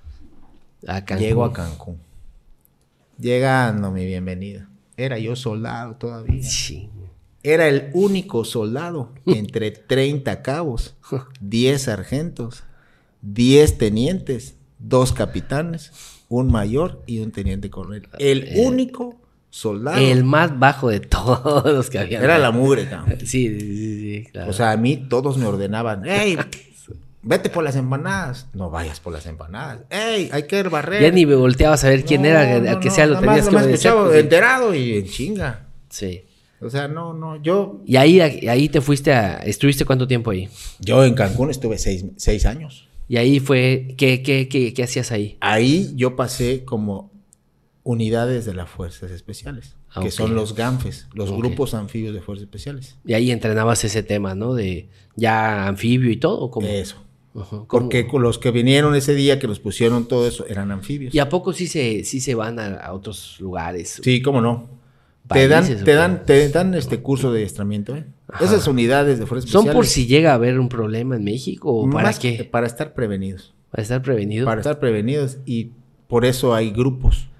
A Cancún. Llego a Cancún. Llegando mi bienvenida. Era yo soldado todavía. Sí. Era el único soldado entre 30 cabos, 10 sargentos, 10 tenientes, 2 capitanes, un mayor y un teniente coronel. El único soldado. El más bajo de todos los que había. Era la mugre, cabrón. Sí, claro. O sea, a mí todos me ordenaban, ¡hey! Vete por las empanadas. No vayas por las empanadas. ¡Ey! Hay que barrer. Ya ni me volteabas a ver quién era, que sea lo tenías que obedecer. Escuchaba enterado y en chinga. Sí. O sea, no, yo... ¿Y ahí te fuiste estuviste cuánto tiempo ahí? Yo en Cancún estuve 6 años. ¿Y ahí fue, qué hacías ahí? Ahí yo pasé como unidades de las Fuerzas Especiales, que son los GANFES, los grupos anfibios de Fuerzas Especiales. Y ahí entrenabas ese tema, ¿no? De ya anfibio y todo, ¿cómo? Eso. Porque los que vinieron ese día que nos pusieron todo eso eran anfibios. ¿Y a poco sí se van a otros lugares? Sí, cómo no. Te dan este curso de adiestramiento, ¿eh? Esas unidades de fuerzas especiales. ¿Son por si llega a haber un problema en México o para qué? Para estar prevenidos. ¿Para estar prevenidos? Para estar prevenidos y por eso hay grupos.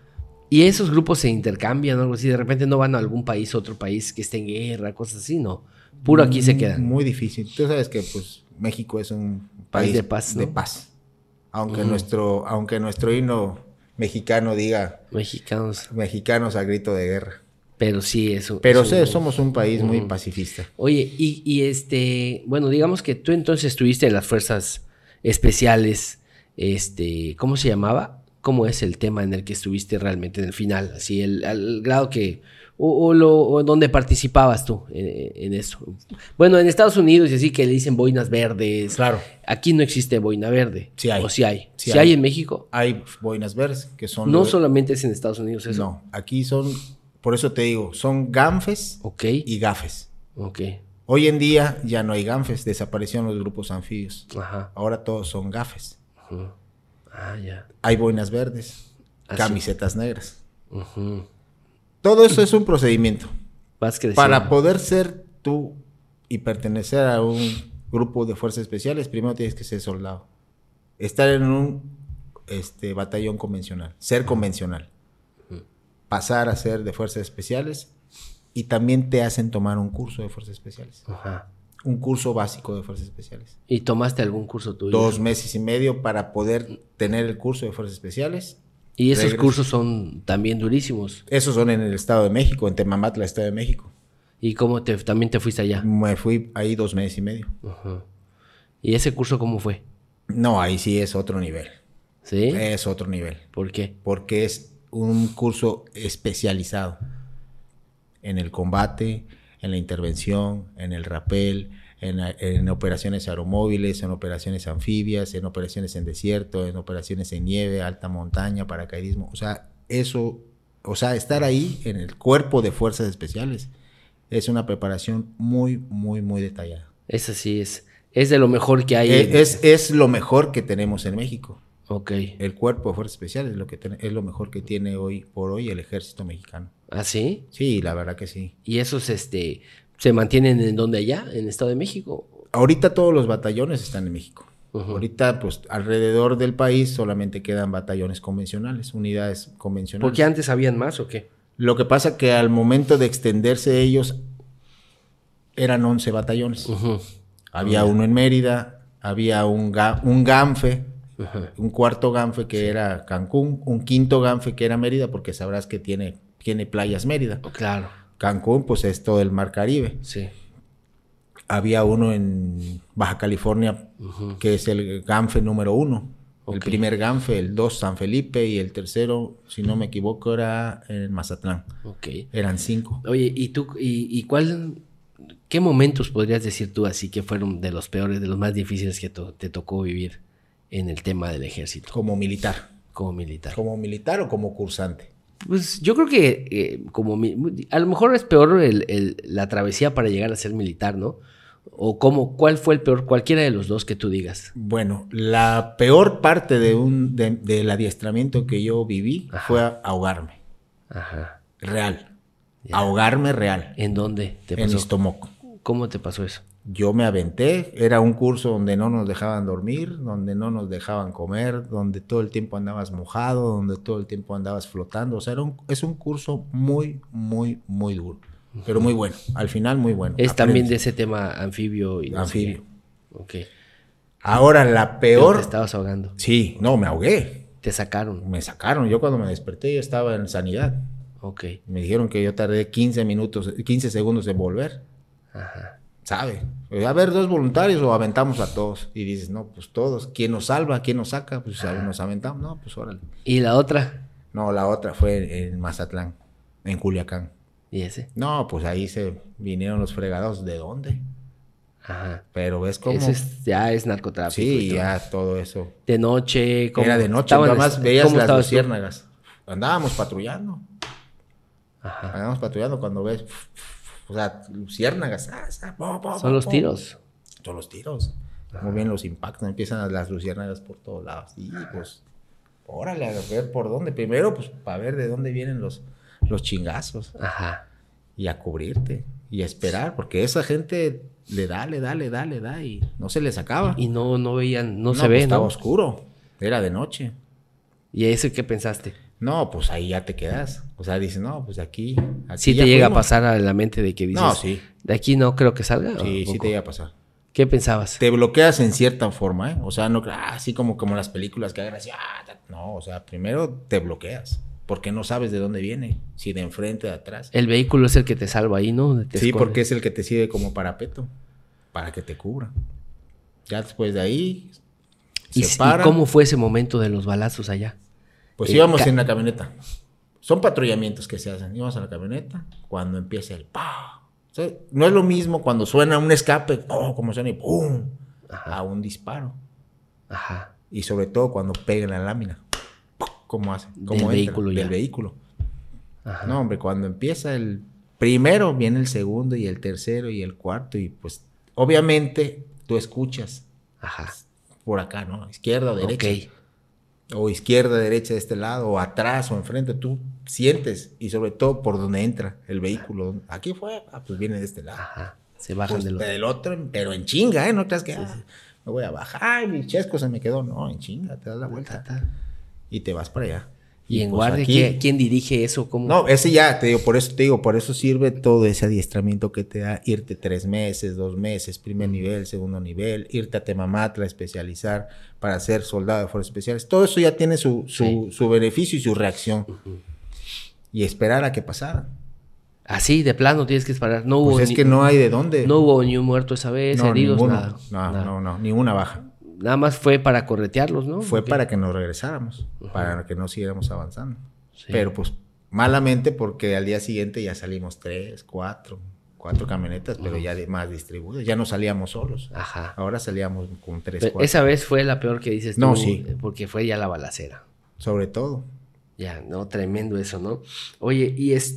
¿Y esos grupos se intercambian o algo así? De repente no van a algún país, otro país que esté en guerra, cosas así, ¿no? Puro aquí se quedan. Muy difícil. Tú sabes que pues México es un país de paz, ¿no? de paz. Aunque nuestro himno mexicano diga mexicanos a grito de guerra. Pero sí, eso. Pero somos un país muy pacifista. Oye, bueno, digamos que tú entonces estuviste en las fuerzas especiales, ¿cómo se llamaba? ¿Cómo es el tema en el que estuviste realmente en el final? Así, al grado que, o donde participabas tú en eso. Bueno, en Estados Unidos y así que le dicen boinas verdes. Claro. Aquí no existe boina verde. Sí hay. ¿O sí hay? Sí ¿Sí hay en México? Hay boinas verdes que son... No solamente es en Estados Unidos eso. No, aquí son, por eso te digo, son ganfes y gafes. Ok. Hoy en día ya no hay ganfes, desaparecieron los grupos anfibios. Ajá. Ahora todos son gafes. Ajá. Ah, ya. Hay boinas verdes, Ah, camisetas negras. Ujú. Todo eso es un procedimiento. Vas creciendo. Para poder ser tú y pertenecer a un grupo de fuerzas especiales, primero tienes que ser soldado. Estar en un batallón convencional, ser convencional. Pasar a ser de fuerzas especiales y también te hacen tomar un curso de fuerzas especiales. Ajá. Un curso básico de fuerzas especiales. ¿Y tomaste algún curso tuyo? 2 meses y medio para poder tener el curso de fuerzas especiales. Y esos cursos son también durísimos. Esos son en el Estado de México, en Temamatla, Estado de México. ¿Y cómo también te fuiste allá? Me fui ahí 2 meses y medio. Ajá. ¿Y ese curso cómo fue? No, ahí sí es otro nivel. ¿Sí? Es otro nivel. ¿Por qué? Porque es un curso especializado en el combate, en la intervención, en el rappel, en operaciones aeromóviles, en operaciones anfibias, en operaciones en desierto, en operaciones en nieve, alta montaña, paracaidismo. Estar ahí en el cuerpo de fuerzas especiales es una preparación muy, muy, muy detallada. Esa sí es de lo mejor que hay. Es lo mejor que tenemos en México. Ok. El cuerpo de fuerzas especiales es lo mejor que tiene hoy por hoy el ejército mexicano. ¿Ah, sí? Sí, la verdad que sí. ¿Y esos se mantienen en donde allá? ¿En Estado de México? Ahorita todos los batallones están en México. Uh-huh. Ahorita, pues, alrededor del país solamente quedan batallones convencionales, unidades convencionales. ¿Porque antes habían más o qué? Lo que pasa que al momento de extenderse ellos, eran 11 batallones. Uh-huh. Había uno en Mérida, había un Ganfe, uh-huh, un cuarto Ganfe que era Cancún, un quinto Ganfe que era Mérida, porque sabrás que tiene playas Mérida. Oh, claro. Cancún, pues, es todo el Mar Caribe. Sí. Había uno en Baja California, uh-huh, que es el Ganfe número 1. Okay. El primer Ganfe, el 2 San Felipe y el tercero, si no me equivoco, era en Mazatlán. Okay. Eran 5. Oye, ¿y tú, qué momentos podrías decir tú así que fueron de los peores, de los más difíciles que te tocó vivir en el tema del ejército? Como militar. Como militar. ¿Como militar o como cursante? Pues yo creo que a lo mejor es peor la travesía para llegar a ser militar, ¿no? O ¿cuál fue el peor? Cualquiera de los dos que tú digas. Bueno, la peor parte del adiestramiento que yo viví fue ahogarme. Ajá. Real. Ya. Ahogarme real. ¿En dónde te pasó? En Istomoco. ¿Cómo te pasó eso? Yo me aventé, era un curso donde no nos dejaban dormir, donde no nos dejaban comer, donde todo el tiempo andabas mojado, donde todo el tiempo andabas flotando. O sea, es un curso muy, muy, muy duro, pero muy bueno. Al final, muy bueno. Es también de ese tema anfibio. Y anfibio. Ok. Ahora, la peor... Pero te estabas ahogando. Sí, no, me ahogué. Te sacaron. Me sacaron. Yo cuando me desperté, yo estaba en sanidad. Ok. Me dijeron que yo tardé 15 segundos en volver. Ajá. ¿Sabe? A ver, 2 voluntarios o aventamos a todos. Y dices, no, pues todos. ¿Quién nos salva? ¿Quién nos saca? Pues nos aventamos. No, pues órale. ¿Y la otra? No, la otra fue en Mazatlán, en Culiacán. ¿Y ese? No, pues ahí se vinieron los fregados. ¿De dónde? Ajá. Pero ves cómo... ya es narcotráfico. Sí, ya todo eso. De noche. ¿cómo? Era de noche. Nada más veías las luciérnagas. Andábamos patrullando. Ajá. Andábamos patrullando cuando ves... O sea, luciérnagas. Son los tiros. Son los tiros. Muy bien los impactos. Empiezan las luciérnagas por todos lados. Y pues, órale, a ver por dónde. Primero, pues, para ver de dónde vienen los chingazos. Ajá. Y a cubrirte. Y a esperar. Porque esa gente le da. Y no se les acaba. Y no veían, no se pues ve, estaba ¿no? oscuro. Era de noche. ¿Y a ese qué pensaste? No, pues ahí ya te quedas. O sea, dices, no, pues aquí ¿Sí ya te llega a fuimos. pasar a la mente de que dices, No, sí. de aquí no creo que salga? Sí, ¿O sí poco? te llega a pasar. ¿Qué pensabas? Te bloqueas en cierta forma, ¿eh? O sea, no así como las películas que hagan así. No, o sea, primero te bloqueas. Porque no sabes de dónde viene. Si de enfrente, de atrás. El vehículo es el que te salva ahí, ¿no? Te Sí, esconde. porque es el que te sirve como parapeto. Para que te cubra. Ya después de ahí, ¿Y cómo fue ese momento de los balazos allá? Pues íbamos en la camioneta. Son patrullamientos que se hacen. Íbamos en la camioneta cuando empieza el ¡pah! O sea, no es lo mismo cuando suena un escape, ¡pum! Como suena y ¡pum! A un disparo. Ajá. Y sobre todo cuando pega en la lámina. ¡Pum! ¿Cómo hace? ¿Cómo Del entra? vehículo ya. Del vehículo. Ajá. No, hombre, cuando empieza el primero, viene el segundo y el tercero y el cuarto. Y pues, obviamente, tú escuchas. Ajá. Por acá, ¿no? Izquierda o derecha. Ok. O izquierda, derecha de este lado, o atrás o enfrente, tú sientes, y sobre todo por donde entra el vehículo. Aquí fue, pues viene de este lado. Ajá. Se bajan Pues del otro. otro, pero en chinga, ¿eh? No creas que me voy a bajar, ay, mi chesco se me quedó. No, en chinga, te das la vuelta y te vas para allá. Y en pues guardia, aquí, ¿quién dirige eso? ¿Cómo? no, ese ya, te digo, por eso sirve todo ese adiestramiento que te da irte 3 meses, 2 meses, primer nivel, segundo nivel, irte a Temamatla, especializar para ser soldado de fuerzas especiales. Todo eso ya tiene su beneficio y su reacción. Y esperar a que pasara. Así, de plano tienes que esperar. No hubo Pues es que no hay de dónde. No hubo ni un muerto esa vez, No, heridos, ninguno. nada. No, ninguna baja. Nada más fue para corretearlos, ¿no? Fue Ok. para que nos regresáramos, para que no siguiéramos avanzando. Sí. Pero pues malamente porque al día siguiente ya salimos 3, 4 camionetas, pero ya más distribuidas. Ya no salíamos solos. Ajá. Ahora salíamos con 3, Pero 4. esa vez fue la peor que dices tú. No, sí. Porque fue ya la balacera. Sobre todo. Ya, no, tremendo eso, ¿no? Oye,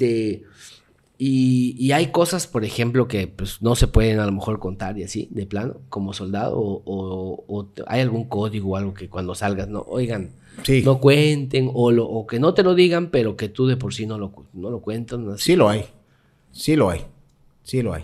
y hay cosas, por ejemplo, que pues no se pueden a lo mejor contar y así, de plano, como soldado, o hay algún código o algo que cuando salgas, no, oigan, Sí. no cuenten, o que no te lo digan, pero que tú de por sí no lo cuentan. Así. Sí lo hay. Sí lo hay. Sí lo hay.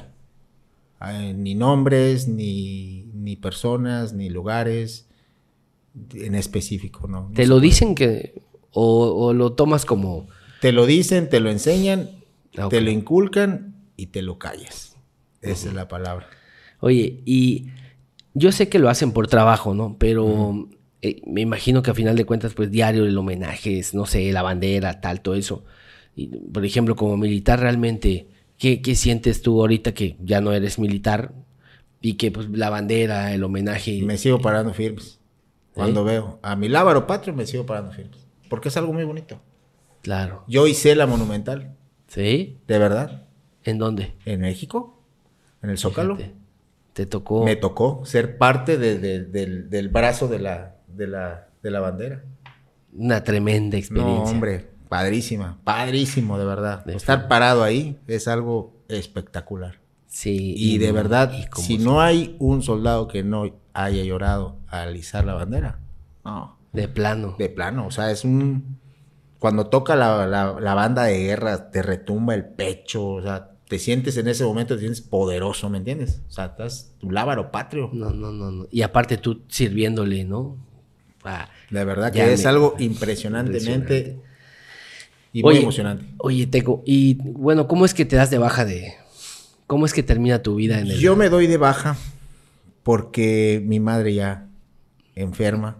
Ni nombres, ni personas, ni lugares en específico, ¿no? ¿Te lo dicen que, o lo tomas como... Te lo dicen, te lo enseñan, Ok. te lo inculcan y te lo callas. Esa es la palabra. Oye, y yo sé que lo hacen por trabajo, ¿no? Pero me imagino que a final de cuentas, pues diario el homenaje es, no sé, la bandera, tal, todo eso. Y, por ejemplo, como militar realmente, ¿qué sientes tú ahorita que ya no eres militar? Y que pues la bandera, el homenaje... Me sigo parando firmes. Cuando veo a mi lábaro patrio, me sigo parando firmes. Porque es algo muy bonito. Claro. Yo hice la monumental. ¿Sí? De verdad. ¿En dónde? En México. En el Zócalo. Fíjate. Te tocó... Me tocó ser parte del brazo de la bandera. Una tremenda experiencia. No, hombre, padrísima, padrísimo, de verdad. De Estar parado ahí es algo espectacular. Sí. Y de verdad, y como si no hay un soldado que no haya llorado al izar la bandera, no, de plano. de plano, o sea, es un... Cuando toca la banda de guerra, te retumba el pecho, o sea, te sientes en ese momento, te sientes poderoso, ¿me entiendes? O sea, estás tu lábaro patrio. No. Y aparte tú sirviéndole, ¿no? De verdad Ya que es algo impresionantemente y muy emocionante. Oye, Teco, y bueno, ¿cómo es que te das de baja cómo es que termina tu vida en el... Yo me doy de baja porque mi madre ya enferma.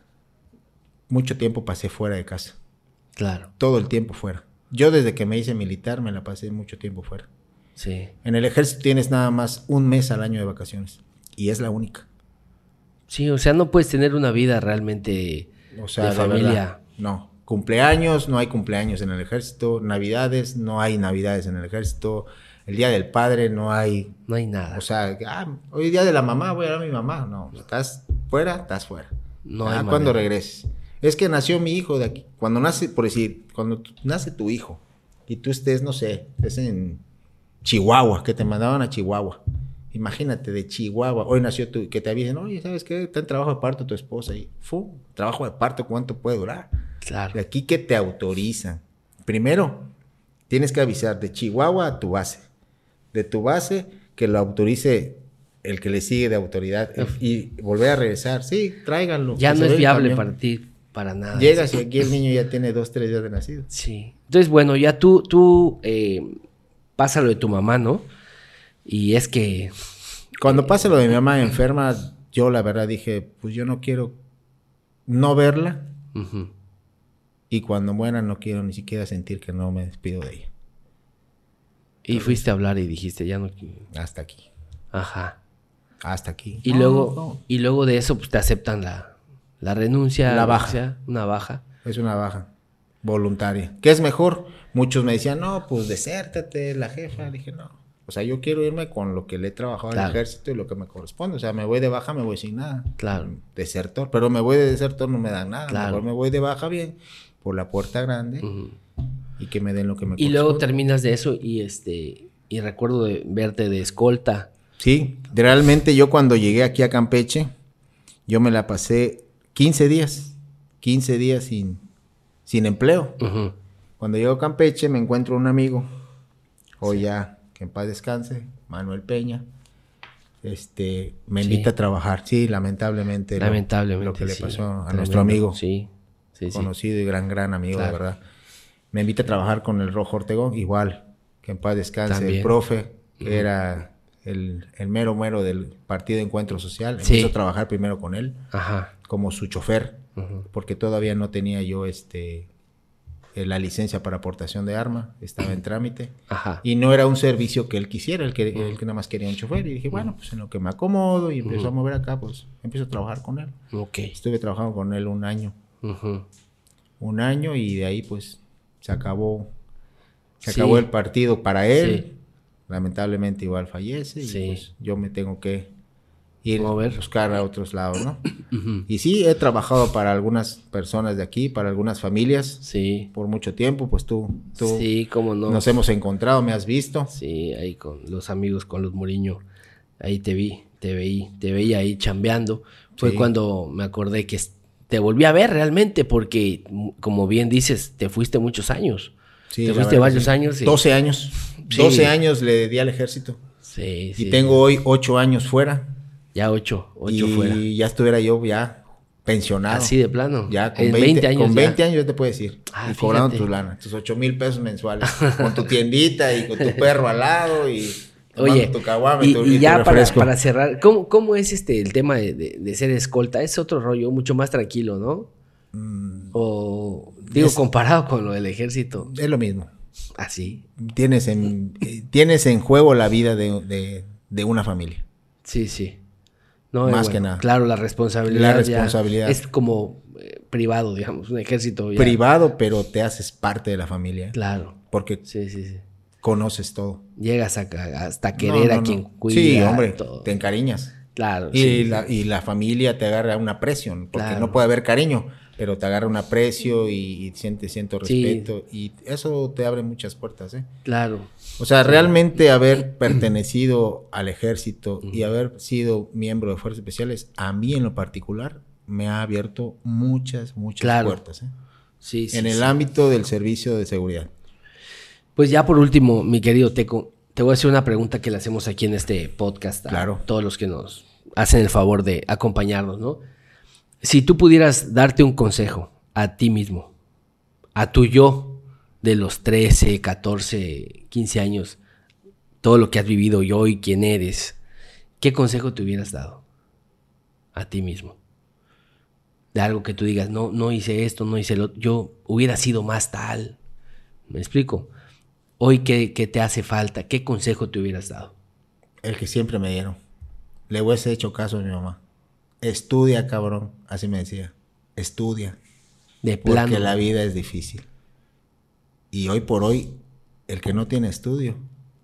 Mucho tiempo pasé fuera de casa. Claro, Todo el tiempo fuera. Yo desde que me hice militar me la pasé mucho tiempo fuera. sí. En el ejército tienes nada más un mes al año de vacaciones. Y es la única. Sí, o sea, no puedes tener una vida realmente O sea, de familia. verdad, no. Cumpleaños, no hay cumpleaños en el ejército. Navidades, no hay navidades en el ejército. El día del padre, no hay. No hay nada. O sea, hoy día de la mamá, voy a ver a mi mamá. No, estás fuera, estás fuera. No hay cuando manera. regreses. Es que nació mi hijo de aquí. Cuando nace, por decir, cuando nace tu hijo y tú estés, no sé, estés en Chihuahua, que te mandaban a Chihuahua. Imagínate, de Chihuahua. Hoy nació que te avisen, oye, ¿sabes qué? Está en trabajo de parto tu esposa. Y, trabajo de parto, ¿cuánto puede durar? Claro. De aquí que te autorizan. Primero, tienes que avisar de Chihuahua a tu base. De tu base, que lo autorice el que le sigue de autoridad. Y volver a regresar. Sí, tráiganlo. Ya que no se es ve el viable camión. para ti Para nada. Llegas y aquí el niño ya tiene 2, 3 días de nacido. Sí. Entonces, bueno, ya tú pasa lo de tu mamá, ¿no? Y es que... Cuando pasa lo de mi mamá enferma, yo la verdad dije, pues yo no quiero no verla. Uh-huh. Y cuando muera no quiero ni siquiera sentir que no me despido de ella. Y fuiste a hablar y dijiste, ya no... Hasta aquí. Ajá. Hasta aquí. Y luego de eso, pues te aceptan la renuncia. La baja. O sea, una baja. Es una baja voluntaria. ¿Qué es mejor? Muchos me decían, no, pues desértate, la jefa. Dije, no. O sea, yo quiero irme con lo que le he trabajado al ejército y lo que me corresponde. O sea, me voy de baja, me voy sin nada. Claro. Desertor. Pero me voy de desertor, no me dan nada. Claro. Mejor me voy de baja bien, por la puerta grande. Uh-huh. Y que me den lo que me corresponde. Y luego terminas de eso y recuerdo de verte de escolta. Sí, realmente yo cuando llegué aquí a Campeche, yo me la pasé 15 días sin empleo. Uh-huh. Cuando llego a Campeche me encuentro un amigo, hoy ya que en paz descanse, Manuel Peña, me invita a trabajar. Sí, lamentablemente lo que le pasó a nuestro amigo, conocido y gran amigo, de verdad. Me invita a trabajar con el Rojo Ortegón, igual, que en paz descanse, también. El profe, que era el mero del Partido Encuentro Social. Empiezo a trabajar primero con él, como su chofer, porque todavía no tenía yo la licencia para aportación de arma, estaba en trámite. Y no era un servicio que él quisiera, él que nada más quería un chofer. Y dije, bueno, pues en lo que me acomodo y empiezo a mover acá, pues empiezo a trabajar con él. Estuve trabajando con él un año. Un año y de ahí pues se acabó el partido para él. Sí. Lamentablemente igual fallece y pues yo me tengo que ir a buscar a otros lados, ¿no? Uh-huh. Y sí, he trabajado para algunas personas de aquí, para algunas familias, por mucho tiempo, pues tú sí, cómo no. Nos hemos encontrado, me has visto. Sí, ahí con los amigos, con los Muriño, ahí te veía ahí chambeando. Fue cuando me acordé que te volví a ver realmente, porque como bien dices, te fuiste muchos años. Sí, te fuiste varios años. 12 años. Sí. 12 años le di al ejército. Sí. Y tengo hoy 8 años fuera. Ya 8 fuera. Y ya estuviera yo ya pensionado. Así de plano. Ya con 20 años. Con 20 años yo te puedo decir. Y cobrando tu lana, tus 8,000 pesos mensuales. Con tu tiendita y con tu perro al lado y tomando tu caguama y ya para cerrar, ¿cómo es el tema de ser escolta? Es otro rollo, mucho más tranquilo, ¿no? O digo, comparado con lo del ejército. Es lo mismo. ¿Así? Tienes en juego la vida de una familia. Sí. No, más que nada. Claro, la responsabilidad. Es como privado, digamos, un ejército. Privado, pero te haces parte de la familia. Claro. Porque conoces todo. Llegas hasta querer a quien cuida. Sí, hombre, te encariñas. Claro. Y la familia te agarra un aprecio, porque no puede haber cariño, pero te agarra un aprecio y siento respeto. Y eso te abre muchas puertas, ¿eh? Claro. O sea, realmente haber pertenecido al ejército y haber sido miembro de Fuerzas Especiales, a mí en lo particular, me ha abierto muchas puertas, ¿eh? Sí, en el ámbito del servicio de seguridad. Pues ya por último, mi querido Teco, te voy a hacer una pregunta que le hacemos aquí en este podcast a todos los que nos hacen el favor de acompañarnos, ¿no? Si tú pudieras darte un consejo a ti mismo, a tu yo de los 13, 14, 15 años, todo lo que has vivido y hoy quién eres, ¿qué consejo te hubieras dado a ti mismo? De algo que tú digas, no hice esto, no hice lo otro, yo hubiera sido más tal. ¿Me explico? Hoy, ¿qué te hace falta? ¿Qué consejo te hubieras dado? El que siempre me dieron. Le hubiese hecho caso a mi mamá. Estudia, cabrón. Así me decía. Estudia. De plano. Porque la vida es difícil. Y hoy por hoy, el que no tiene estudio.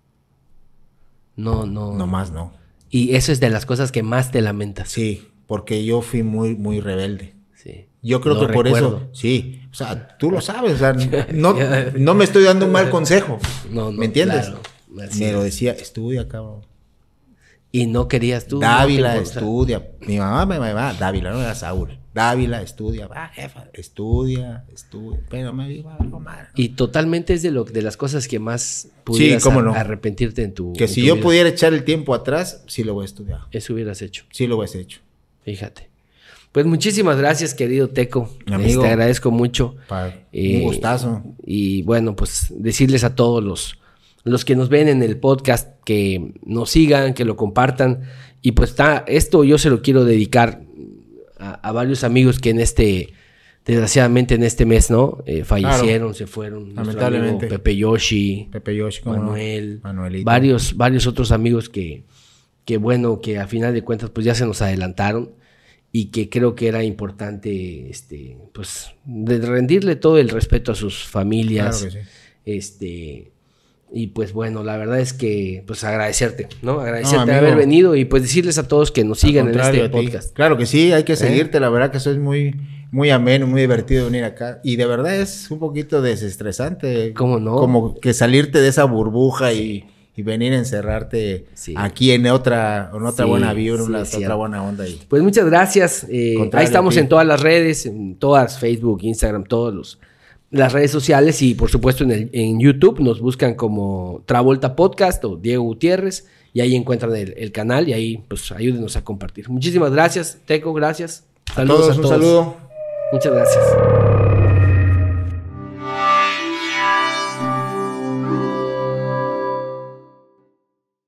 No. Nomás no. Y eso es de las cosas que más te lamentas. Sí, porque yo fui muy, muy rebelde. Sí. Yo creo que por eso, sí, o sea, tú lo sabes, o sea, no me estoy dando un mal consejo, ¿me entiendes? Claro, me lo decía, estudia, cabrón. Y no querías tú. Dávila, estudia. Mi mamá me llamaba Dávila, no era Saúl. Dávila, estudia, jefa, estudia. Pero me iba algo mal, ¿no? Y totalmente es de las cosas que más pudieras arrepentirte en tu. Que si yo pudiera echar el tiempo atrás, sí lo voy a estudiar. Eso hubieras hecho. Sí lo hubiese hecho. Fíjate. Pues muchísimas gracias, querido Teco. Amigo, te agradezco mucho. Un gustazo. Y bueno, pues decirles a todos los que nos ven en el podcast que nos sigan, que lo compartan. Y pues esto yo se lo quiero dedicar a varios amigos que desgraciadamente en este mes, ¿no? Fallecieron, claro. Se fueron. Lamentablemente. Pepe Yoshi, Manuel, Manuelito. Varios otros amigos que bueno, que a final de cuentas pues ya se nos adelantaron y que creo que era importante, pues, de rendirle todo el respeto a sus familias. Claro que sí. Y pues bueno, la verdad es que pues agradecerte, ¿no? Agradecerte de haber venido y pues decirles a todos que nos sigan en este podcast. Claro que sí, hay que seguirte, la verdad que eso es muy, muy ameno, muy divertido venir acá. Y de verdad es un poquito desestresante. ¿Cómo no? Como que salirte de esa burbuja y venir a encerrarte aquí en otra buena vibra, otra buena onda ahí. Pues muchas gracias. Ahí estamos en todas las redes, en todas, Facebook, Instagram, las redes sociales y por supuesto en YouTube nos buscan como Travolta Podcast o Diego Gutiérrez y ahí encuentran el canal y ahí pues ayúdenos a compartir. Muchísimas gracias, Teco, gracias. Saludos a todos. Un saludo. Muchas gracias.